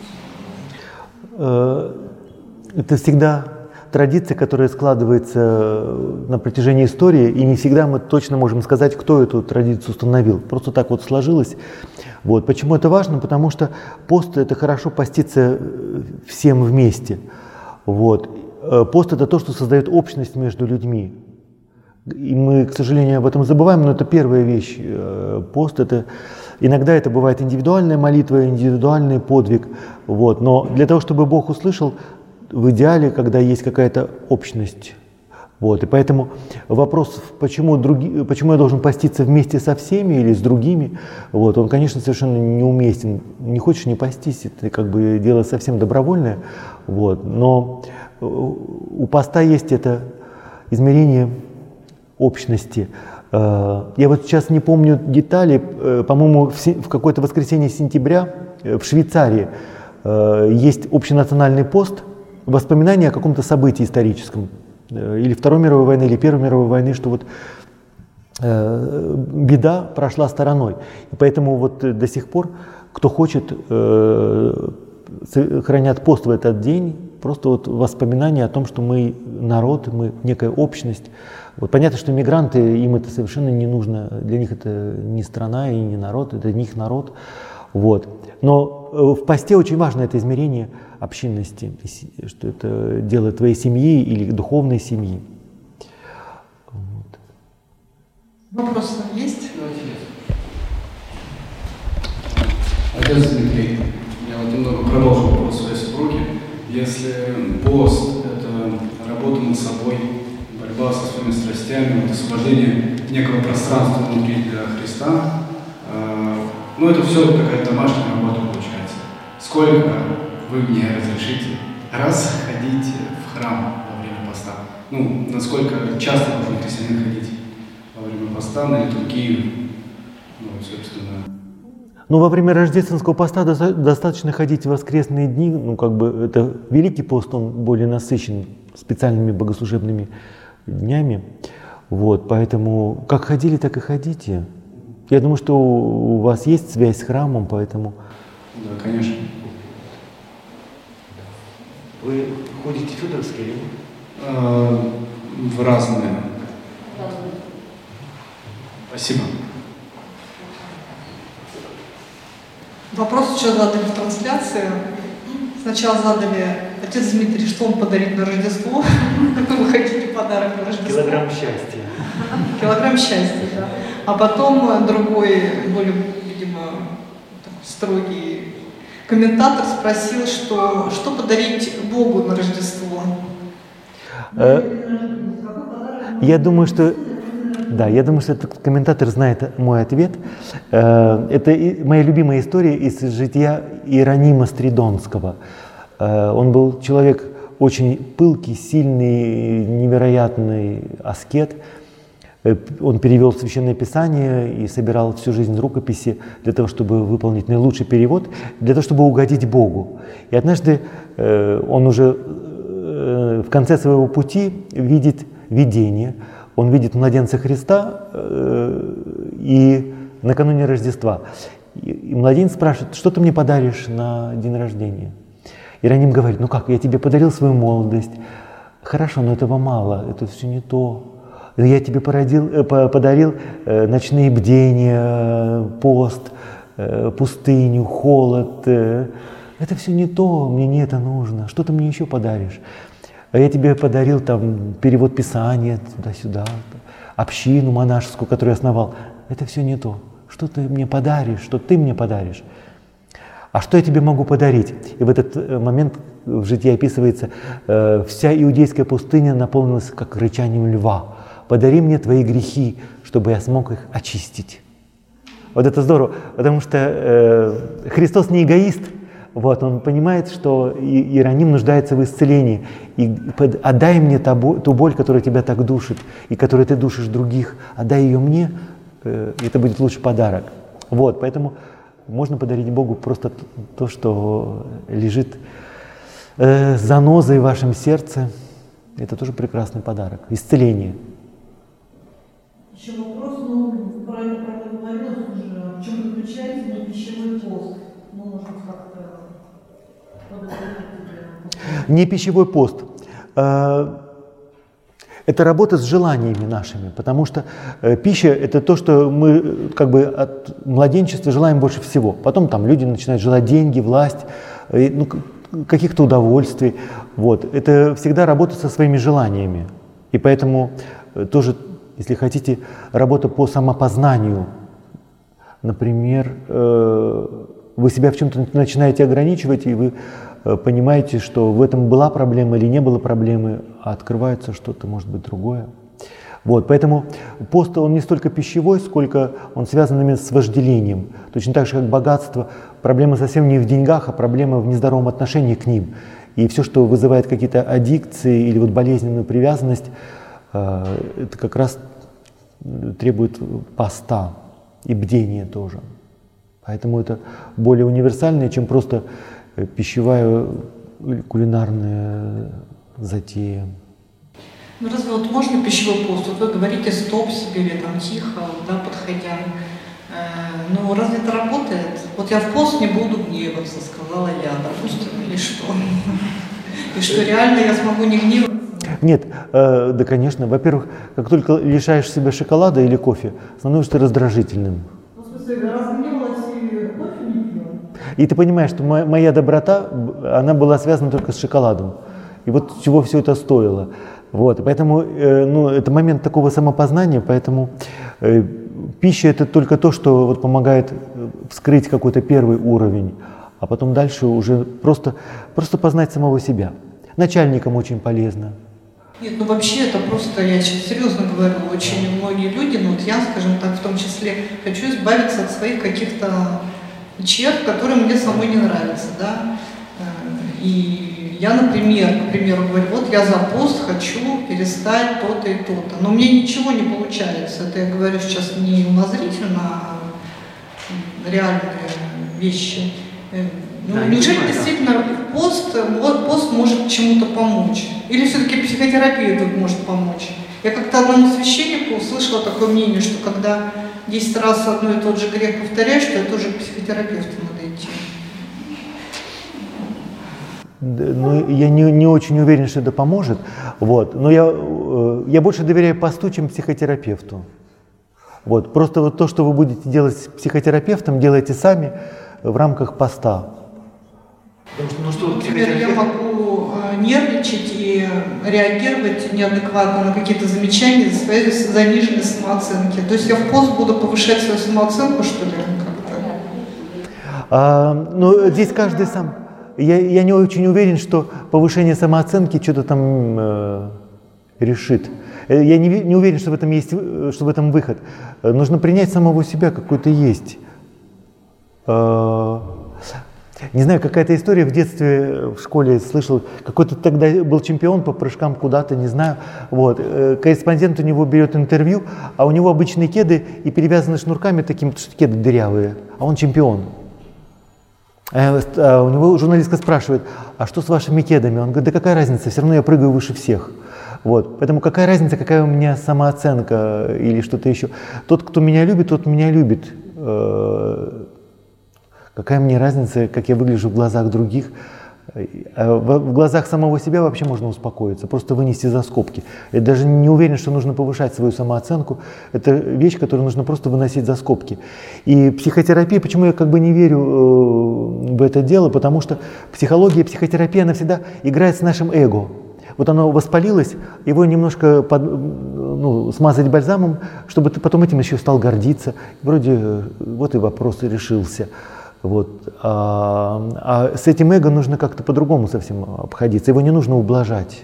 Speaker 2: Это всегда традиция, которая складывается на протяжении истории, и не всегда мы точно можем сказать, кто эту традицию установил. Просто так вот сложилось. Вот. Почему это важно? Потому что пост — это хорошо поститься всем вместе. Вот. Пост — это то, что создает общность между людьми. И мы, к сожалению, об этом забываем, но это первая вещь. Пост — иногда это бывает индивидуальная молитва, индивидуальный подвиг. Вот. Но для того, чтобы Бог услышал, в идеале, когда есть какая-то общность. Вот. И поэтому вопрос, почему я должен поститься вместе со всеми или с другими, вот, он, конечно, совершенно неуместен. Не хочешь — не постись, это как бы дело совсем добровольное. Вот. Но у поста есть это измерение общности. Я вот сейчас не помню детали, по-моему, в какое-то воскресенье сентября в Швейцарии есть общенациональный пост, воспоминания о каком-то событии историческом, или Второй мировой войны, или Первой мировой войны, что вот беда прошла стороной. И поэтому вот до сих пор, кто хочет, хранят пост в этот день, просто вот воспоминания о том, что мы народ, мы некая общность. Вот понятно, что мигранты, им это совершенно не нужно, для них это не страна и не народ, это не их народ. Вот. Но в посте очень важно это измерение общинности, что это дело твоей семьи или духовной семьи. Вот.
Speaker 3: Вопросы есть?
Speaker 6: Отец Дмитрий, я вот немного продолжу вопрос своей супруги. Если пост – это работа над собой, борьба со своими страстями, вот освобождение некого пространства внутри для Христа, ну это все какая-то домашняя работа получается. Сколько вы мне разрешите раз ходить в храм во время поста? Ну, насколько часто должен христианин ходить во время поста на литургию, ну, собственно.
Speaker 2: Ну, во время рождественского поста достаточно ходить в воскресные дни, ну, как бы это Великий пост, он более насыщен специальными богослужебными днями, вот, поэтому как ходили, так и ходите. Я думаю, что у вас есть связь с храмом, поэтому…
Speaker 6: Да, конечно.
Speaker 2: Вы ходите в Федоровский или
Speaker 6: В разные. Спасибо.
Speaker 3: Вопрос еще задали в трансляции. Сначала задали: отец Дмитрий, что вам подарить на Рождество? Вы хотите подарок на Рождество?
Speaker 2: Килограмм счастья.
Speaker 3: Килограмм счастья, да. А потом другой, более, видимо, такой строгий комментатор спросил, что подарить Богу на Рождество.
Speaker 2: Я думаю, что этот комментатор знает мой ответ. Это моя любимая история из жития Иеронима Стридонского. Он был человек очень пылкий, сильный, невероятный аскет. Он перевел Священное Писание и собирал всю жизнь рукописи для того, чтобы выполнить наилучший перевод, для того, чтобы угодить Богу. И однажды он уже в конце своего пути видит видение. Он видит младенца Христа и накануне Рождества. И младенец спрашивает: что ты мне подаришь на день рождения? Иероним говорит: ну как, я тебе подарил свою молодость. Хорошо, но этого мало, это все не то. Я тебе подарил ночные бдения, пост, пустыню, холод. Это все не то, мне не это нужно. Что ты мне еще подаришь? А я тебе подарил там перевод Писания туда-сюда, общину монашескую, которую я основал. Это все не то. Что ты мне подаришь, что ты мне подаришь? А что я тебе могу подарить? И в этот момент в житии описывается: вся иудейская пустыня наполнилась как рычанием льва. Подари мне твои грехи, чтобы я смог их очистить. Вот это здорово, потому что Христос не эгоист. Вот, он понимает, что Иероним нуждается в исцелении. И отдай мне ту боль, которая тебя так душит, и которой ты душишь других. Отдай ее мне, и это будет лучший подарок. Вот, поэтому можно подарить Богу просто то, что лежит занозой в вашем сердце. Это тоже прекрасный подарок. Исцеление.
Speaker 7: Еще вопрос, правильно говорилось уже, в чем заключается непищевой пост? Может как-то подготовить?
Speaker 2: Не пищевой пост. Это работа с желаниями нашими, потому что пища – это то, что мы как бы от младенчества желаем больше всего. Потом там люди начинают желать деньги, власть, каких-то удовольствий. Вот. Это всегда работа со своими желаниями. И поэтому тоже, если хотите, работа по самопознанию. Например, вы себя в чем-то начинаете ограничивать, и вы понимаете, что в этом была проблема или не было проблемы, а открывается что-то, может быть, другое. Вот, поэтому пост, он не столько пищевой, сколько он связан именно с вожделением. Точно так же, как богатство, проблема совсем не в деньгах, а проблема в нездоровом отношении к ним. И все, что вызывает какие-то аддикции или вот болезненную привязанность, это как раз требует поста и бдения тоже. Поэтому это более универсальное, чем просто пищевая кулинарная затея.
Speaker 3: Ну разве вот можно пищевой пост? Вот вы говорите стоп себе или там тихо, да, подходя. Ну разве это работает? Вот я в пост не буду гневаться, сказала я, допустим, или что? И что реально я смогу не гневаться?
Speaker 2: Нет, да, конечно. Во-первых, как только лишаешь себя шоколада или кофе, становишься раздражительным.
Speaker 7: Ну, в смысле, разгневалась и кофе не пила?
Speaker 2: И ты понимаешь, что моя доброта, она была связана только с шоколадом. И вот чего все это стоило. Вот. Поэтому ну, это момент такого самопознания, поэтому пища это только то, что вот помогает вскрыть какой-то первый уровень, а потом дальше уже просто познать самого себя. Начальникам очень полезно.
Speaker 3: Нет, ну вообще это просто, я сейчас серьезно говорю, очень многие люди, ну вот я, скажем так, в том числе, хочу избавиться от своих каких-то черт, которые мне самой не нравятся, да. И я, например, говорю, вот я за пост хочу перестать то-то и то-то, но мне ничего не получается. Это я говорю сейчас не умозрительно, а реальные вещи. Ну, да, неужели действительно пост может чему-то помочь? Или все-таки психотерапия тут может помочь? Я как-то одному священнику услышала такое мнение, что когда 10 раз одно и тот же грех повторяешь, что это уже к психотерапевту надо идти.
Speaker 2: Ну, я не очень уверен, что это поможет, вот. Но я больше доверяю посту, чем психотерапевту. Вот. Просто вот то, что вы будете делать с психотерапевтом, делайте сами в рамках поста.
Speaker 3: Ну, что, например, я могу нервничать и реагировать неадекватно на какие-то замечания за свои заниженные самооценки. То есть я в пост буду повышать свою самооценку, что ли, как-то?
Speaker 2: Ну, здесь каждый сам. Я не очень уверен, что повышение самооценки что-то там решит. Я не уверен, что в этом есть, что в этом выход. Нужно принять самого себя, какой ты есть. Не знаю, какая-то история в детстве в школе слышал, какой-то тогда был чемпион по прыжкам куда-то, не знаю. Вот. Корреспондент у него берет интервью, а у него обычные кеды и перевязаны шнурками такими, что кеды дырявые, а он чемпион. А у него журналистка спрашивает, а что с вашими кедами? Он говорит, да какая разница, все равно я прыгаю выше всех. Вот. Поэтому какая разница, какая у меня самооценка или что-то еще. Тот, кто меня любит, тот меня любит. Какая мне разница, как я выгляжу в глазах других? В глазах самого себя вообще можно успокоиться, просто вынести за скобки. Я даже не уверен, что нужно повышать свою самооценку. Это вещь, которую нужно просто выносить за скобки. И психотерапия, почему я как бы не верю в это дело, потому что психология, психотерапия, она всегда играет с нашим эго. Вот оно воспалилось, его немножко смазать бальзамом, чтобы ты потом этим еще стал гордиться. Вроде вот и вопрос решился. Вот. А с этим эго нужно как-то по-другому совсем обходиться, его не нужно ублажать.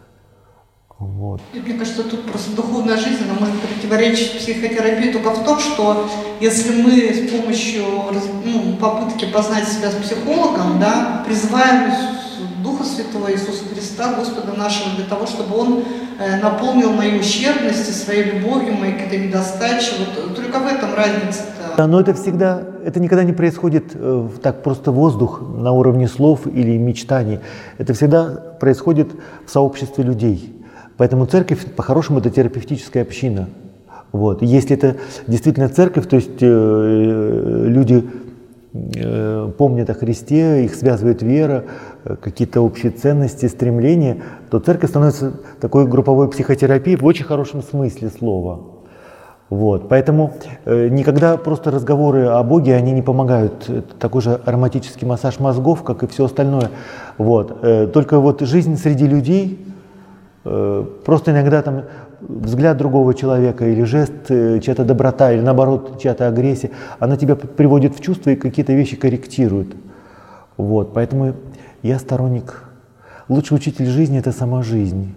Speaker 2: Вот.
Speaker 3: Мне кажется, тут просто духовная жизнь, она может противоречить психотерапии только в том, что если мы с помощью попытки познать себя с психологом, да, призываем Духа Святого Иисуса Христа, Господа нашего, для того, чтобы Он наполнил мою ущербность своей любовью, мои какие-то недостачи. Вот только в этом разница-то.
Speaker 2: Да, но это никогда не происходит так просто воздух на уровне слов или мечтаний. Это всегда происходит в сообществе людей. Поэтому церковь, по-хорошему, это терапевтическая община. Вот. Если это действительно церковь, то есть люди помнят о Христе, их связывает вера, какие-то общие ценности, стремления, то церковь становится такой групповой психотерапией в очень хорошем смысле слова. Вот. Поэтому никогда просто разговоры о Боге, они не помогают. Это такой же ароматический массаж мозгов, как и все остальное. Вот. Только вот жизнь среди людей, просто иногда там взгляд другого человека или жест, чья-то доброта, или наоборот, чья-то агрессия, она тебя приводит в чувство и какие-то вещи корректирует. Вот. Поэтому я сторонник. Лучший учитель жизни – это сама жизнь.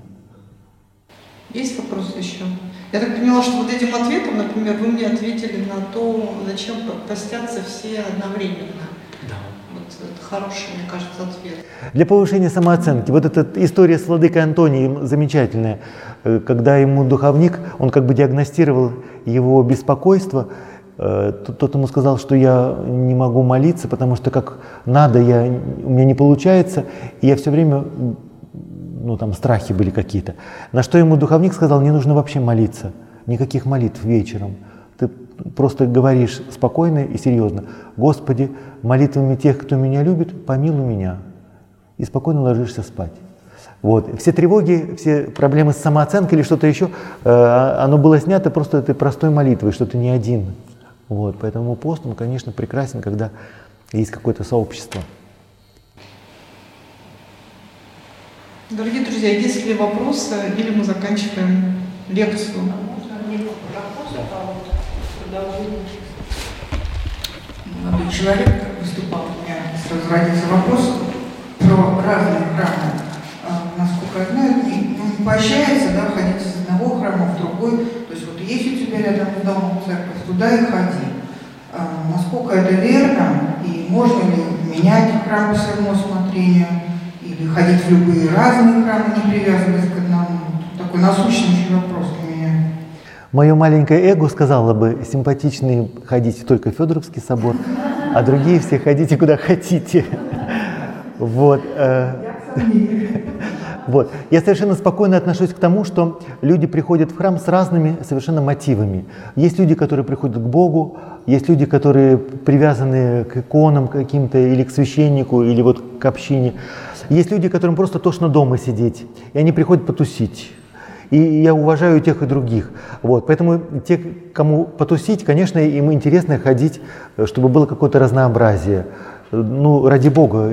Speaker 3: Есть вопросы еще? Я так поняла, что вот этим ответом, например, вы мне ответили на то, зачем постятся все одновременно. Да. Вот это хороший, мне кажется, ответ.
Speaker 2: Для повышения самооценки. Вот эта история с владыкой Антонием замечательная. Когда ему духовник, он как бы диагностировал его беспокойство, тот ему сказал, что я не могу молиться, потому что как надо, у меня не получается, и я все время... там страхи были какие-то. На что ему духовник сказал, не нужно вообще молиться, никаких молитв вечером. Ты просто говоришь спокойно и серьезно, Господи, молитвами тех, кто меня любит, помилуй меня. И спокойно ложишься спать. Вот. Все тревоги, все проблемы с самооценкой или что-то еще, оно было снято просто этой простой молитвой, что ты не один. Вот. Поэтому пост, он, конечно, прекрасен, когда есть какое-то сообщество.
Speaker 3: Дорогие друзья, есть ли вопросы, или мы заканчиваем лекцию?
Speaker 4: Молодой человек выступал, у меня сразу родился вопрос про разные храмы. Насколько я знаю, не поощряется, да, ходить из одного храма в другой. То есть вот есть у тебя рядом с домом церковь, туда и ходи. Насколько это верно, и можно ли менять храм по своему усмотрению, или ходить в любые разные храмы, не привязываясь к одному? Такой насущный вопрос для меня.
Speaker 2: Мое маленькое эго сказало бы: симпатичные ходите только в Федоровский собор, а другие все ходите куда хотите. Вот. Вот. Я совершенно спокойно отношусь к тому, что люди приходят в храм с разными совершенно мотивами. Есть люди, которые приходят к Богу, есть люди, которые привязаны к иконам каким-то, или к священнику, или вот к общине. Есть люди, которым просто тошно дома сидеть, и они приходят потусить. И я уважаю тех и других. Вот. Поэтому те, кому потусить, конечно, им интересно ходить, чтобы было какое-то разнообразие. Ну, ради Бога,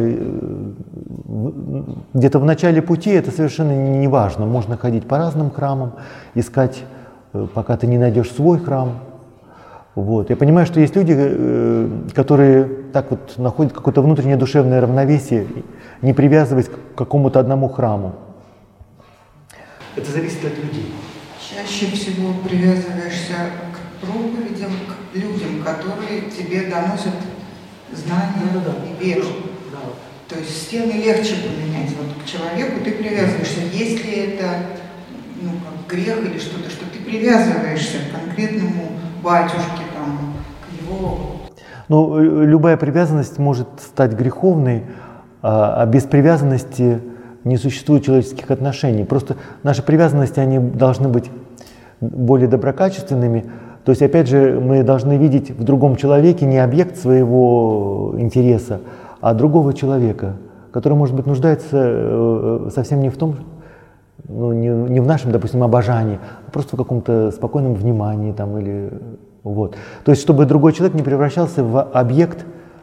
Speaker 2: где-то в начале пути это совершенно не важно. Можно ходить по разным храмам, искать, пока ты не найдешь свой храм. Вот. Я понимаю, что есть люди, которые так вот находят какое-то внутреннее душевное равновесие, не привязываясь к какому-то одному храму. Это зависит от людей.
Speaker 4: Чаще всего привязываешься к проповедям, к людям, которые тебе доносят знания и веру. То есть стены легче поменять. Вот к человеку ты привязываешься. Если это как грех или что-то, что ты привязываешься к конкретному батюшке, там, к его...
Speaker 2: Ну, любая привязанность может стать греховной, а без привязанности не существует человеческих отношений. Просто наши привязанности, они должны быть более доброкачественными. То есть, опять же, мы должны видеть в другом человеке не объект своего интереса, а другого человека, который, может быть, нуждается совсем не в том, ну, не в нашем, допустим, обожании, а просто в каком-то спокойном внимании там, или вот. То есть, чтобы другой человек не превращался в объект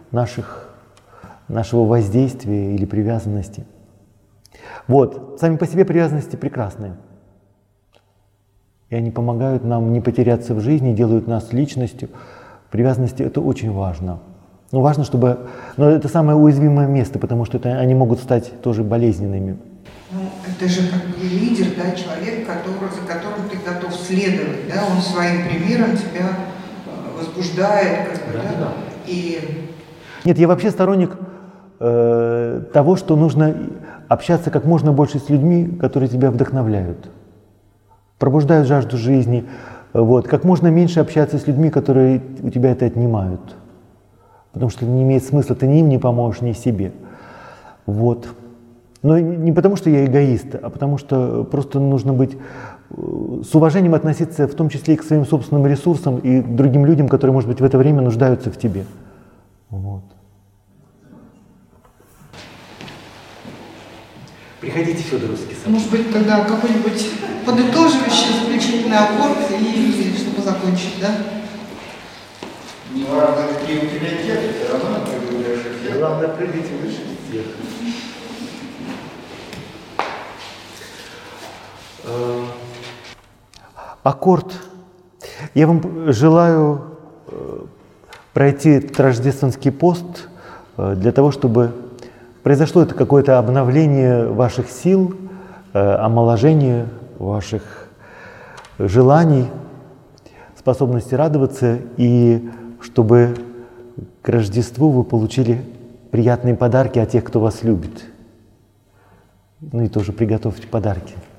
Speaker 2: нашего воздействия или привязанности. Вот. Сами по себе привязанности прекрасные. И они помогают нам не потеряться в жизни, делают нас личностью. Привязанности — это очень важно. Но важно, чтобы... Но это самое уязвимое место, потому что они могут стать тоже болезненными.
Speaker 4: Ну, это же как бы лидер, да, человек, за которым ты готов следовать, да? Он своим примером тебя возбуждает, как бы, да? И...
Speaker 2: Нет, я вообще сторонник того, что нужно общаться как можно больше с людьми, которые тебя вдохновляют, пробуждают жажду жизни. Вот. Как можно меньше общаться с людьми, которые у тебя это отнимают. Потому что не имеет смысла, ты ни им не поможешь, ни себе. Вот. Но не потому, что я эгоист, а потому что просто нужно быть с уважением относиться в том числе и к своим собственным ресурсам и к другим людям, которые, может быть, в это время нуждаются в тебе. Вот. Приходите в Федоровский собор.
Speaker 3: Может быть, тогда какой-нибудь подытоживающий, заключительный аккорд, и чтобы закончить, да?
Speaker 8: Не важно, какие у тебя тексты, все равно ты выбираешь эффект.
Speaker 2: Главное, прыгайте выше всех. Аккорд. Я вам желаю пройти этот рождественский пост для того, чтобы произошло это какое-то обновление ваших сил, омоложение ваших желаний, способности радоваться, и чтобы к Рождеству вы получили приятные подарки от тех, кто вас любит. Ну и тоже приготовьте подарки.